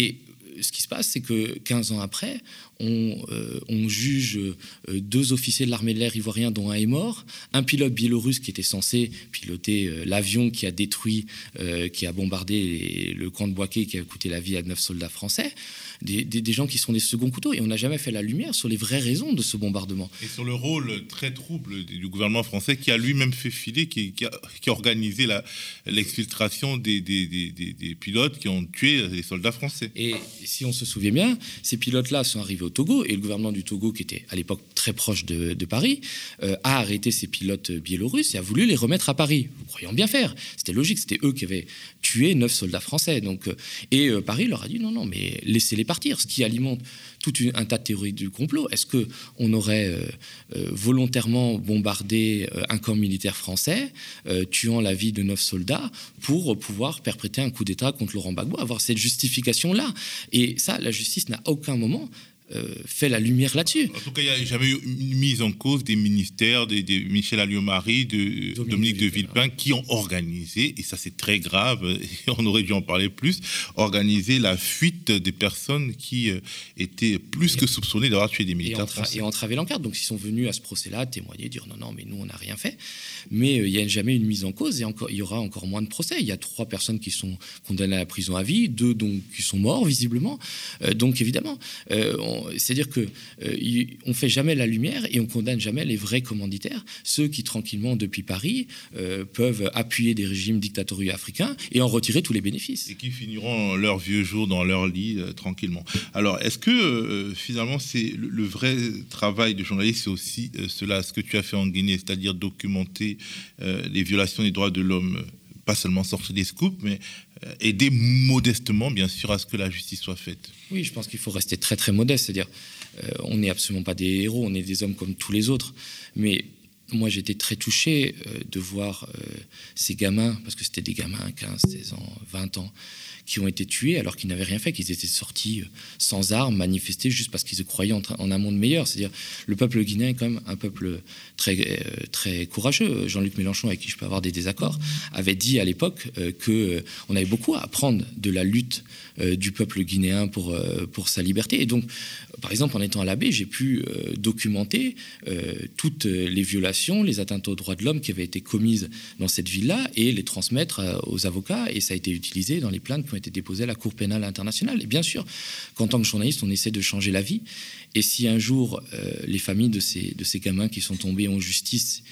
ce qui se passe, c'est que quinze ans après, on, euh, on juge euh, deux officiers de l'armée de l'air ivoirien, dont un est mort, un pilote biélorusse qui était censé piloter euh, l'avion qui a détruit, euh, qui a bombardé les, le camp de Bouaké, qui a coûté la vie à neuf soldats français, des, des, des gens qui sont des seconds couteaux. Et on n'a jamais fait la lumière sur les vraies raisons de ce bombardement. Et sur le rôle très trouble du gouvernement français, qui a lui-même fait filer, qui, qui, a, qui a organisé la, l'exfiltration des, des, des, des, des pilotes qui ont tué les soldats français. Et si on se souvient bien, ces pilotes-là sont arrivés au Togo, et le gouvernement du Togo, qui était à l'époque très proche de, de Paris, euh, a arrêté ces pilotes biélorusses et a voulu les remettre à Paris. Vous croyez bien faire. C'était logique, c'était eux qui avaient tué neuf soldats français. Donc, euh, et euh, Paris leur a dit non, non, mais laissez-les partir, ce qui alimente tout une, un tas de théories du complot. Est-ce qu'on aurait euh, euh, volontairement bombardé euh, un camp militaire français, euh, tuant la vie de neuf soldats, pour pouvoir perpétrer un coup d'État contre Laurent Gbagbo, avoir cette justification-là? Et ça, la justice n'a à aucun moment Euh, fait la lumière là-dessus. En tout cas, il n'y a jamais eu une mise en cause des ministères, de, de Michel Alliot-Marie, de Dominique, Dominique de Villepin, qui ont organisé, et ça c'est très grave, et on aurait dû en parler plus, organisé la fuite des personnes qui euh, étaient plus et que soupçonnées d'avoir tué des militaires et français. Et entravé l'enquête. Donc ils sont venus à ce procès-là témoigner, dire non, non, mais nous on n'a rien fait. Mais euh, il n'y a jamais une mise en cause, et encore, il y aura encore moins de procès. Il y a trois personnes qui sont condamnées à la prison à vie, deux donc, qui sont morts visiblement. Euh, donc évidemment, euh, on, c'est-à-dire qu'on euh, ne fait jamais la lumière et on condamne jamais les vrais commanditaires, ceux qui tranquillement depuis Paris euh, peuvent appuyer des régimes dictatoriaux africains et en retirer tous les bénéfices. Et qui finiront leur vieux jour dans leur lit euh, tranquillement. Alors est-ce que euh, finalement c'est le, le vrai travail de journaliste, c'est aussi euh, cela, ce que tu as fait en Guinée, c'est-à-dire documenter euh, les violations des droits de l'homme, pas seulement sortir des scoops, mais euh, aider modestement, bien sûr, à ce que la justice soit faite. Oui, je pense qu'il faut rester très très modeste, c'est-à-dire euh, on n'est absolument pas des héros, on est des hommes comme tous les autres, mais moi j'étais très touché euh, de voir euh, ces gamins, parce que c'était des gamins, quinze, seize ans, vingt ans, qui ont été tués alors qu'ils n'avaient rien fait, qu'ils étaient sortis sans armes, manifester juste parce qu'ils croyaient en, en un monde meilleur. C'est-à-dire, le peuple guinéen est quand même un peuple très, euh, très courageux. Jean-Luc Mélenchon, avec qui je peux avoir des désaccords, avait dit à l'époque euh, qu'on euh, avait beaucoup à apprendre de la lutte euh, du peuple guinéen pour, euh, pour sa liberté. Et donc, par exemple, en étant à la baie, j'ai pu euh, documenter euh, toutes les violations, les atteintes aux droits de l'homme qui avaient été commises dans cette ville-là et les transmettre euh, aux avocats. Et ça a été utilisé dans les plaintes qui ont été déposées à la Cour pénale internationale. Et bien sûr qu'en tant que journaliste, on essaie de changer la vie. Et si un jour, euh, les familles de ces, de ces gamins qui sont tombés en justice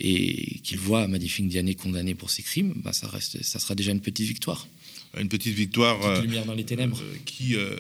et qu'ils voient Magnifique Diané condamné pour ses crimes, ben ça, reste, ça sera déjà une petite victoire. Une petite victoire une petite lumière dans les ténèbres. Euh, qui euh,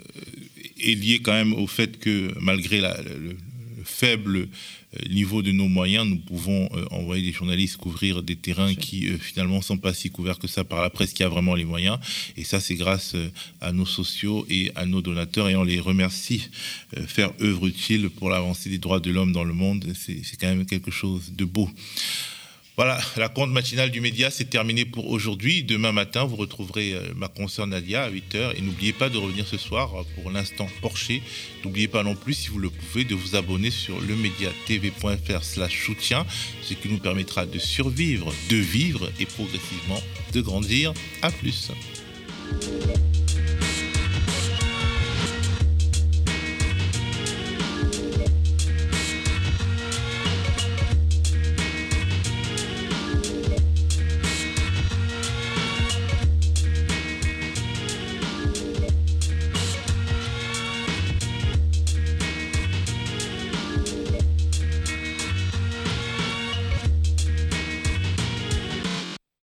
est liée quand même au fait que malgré la, le, le faible niveau de nos moyens, nous pouvons euh, envoyer des journalistes couvrir des terrains qui euh, finalement ne sont pas si couverts que ça par la presse qui a vraiment les moyens. Et ça, c'est grâce euh, à nos sociaux et à nos donateurs, et on les remercie. Euh, faire œuvre utile pour l'avancée des droits de l'homme dans le monde, c'est, c'est quand même quelque chose de beau. Voilà, la compte matinale du média, c'est terminé pour aujourd'hui. Demain matin, vous retrouverez euh, ma consoeur Nadia à huit heures. Et n'oubliez pas de revenir ce soir pour l'instant Porcher. N'oubliez pas non plus, si vous le pouvez, de vous abonner sur lemediatv.fr slash soutien, ce qui nous permettra de survivre, de vivre et progressivement de grandir. À plus.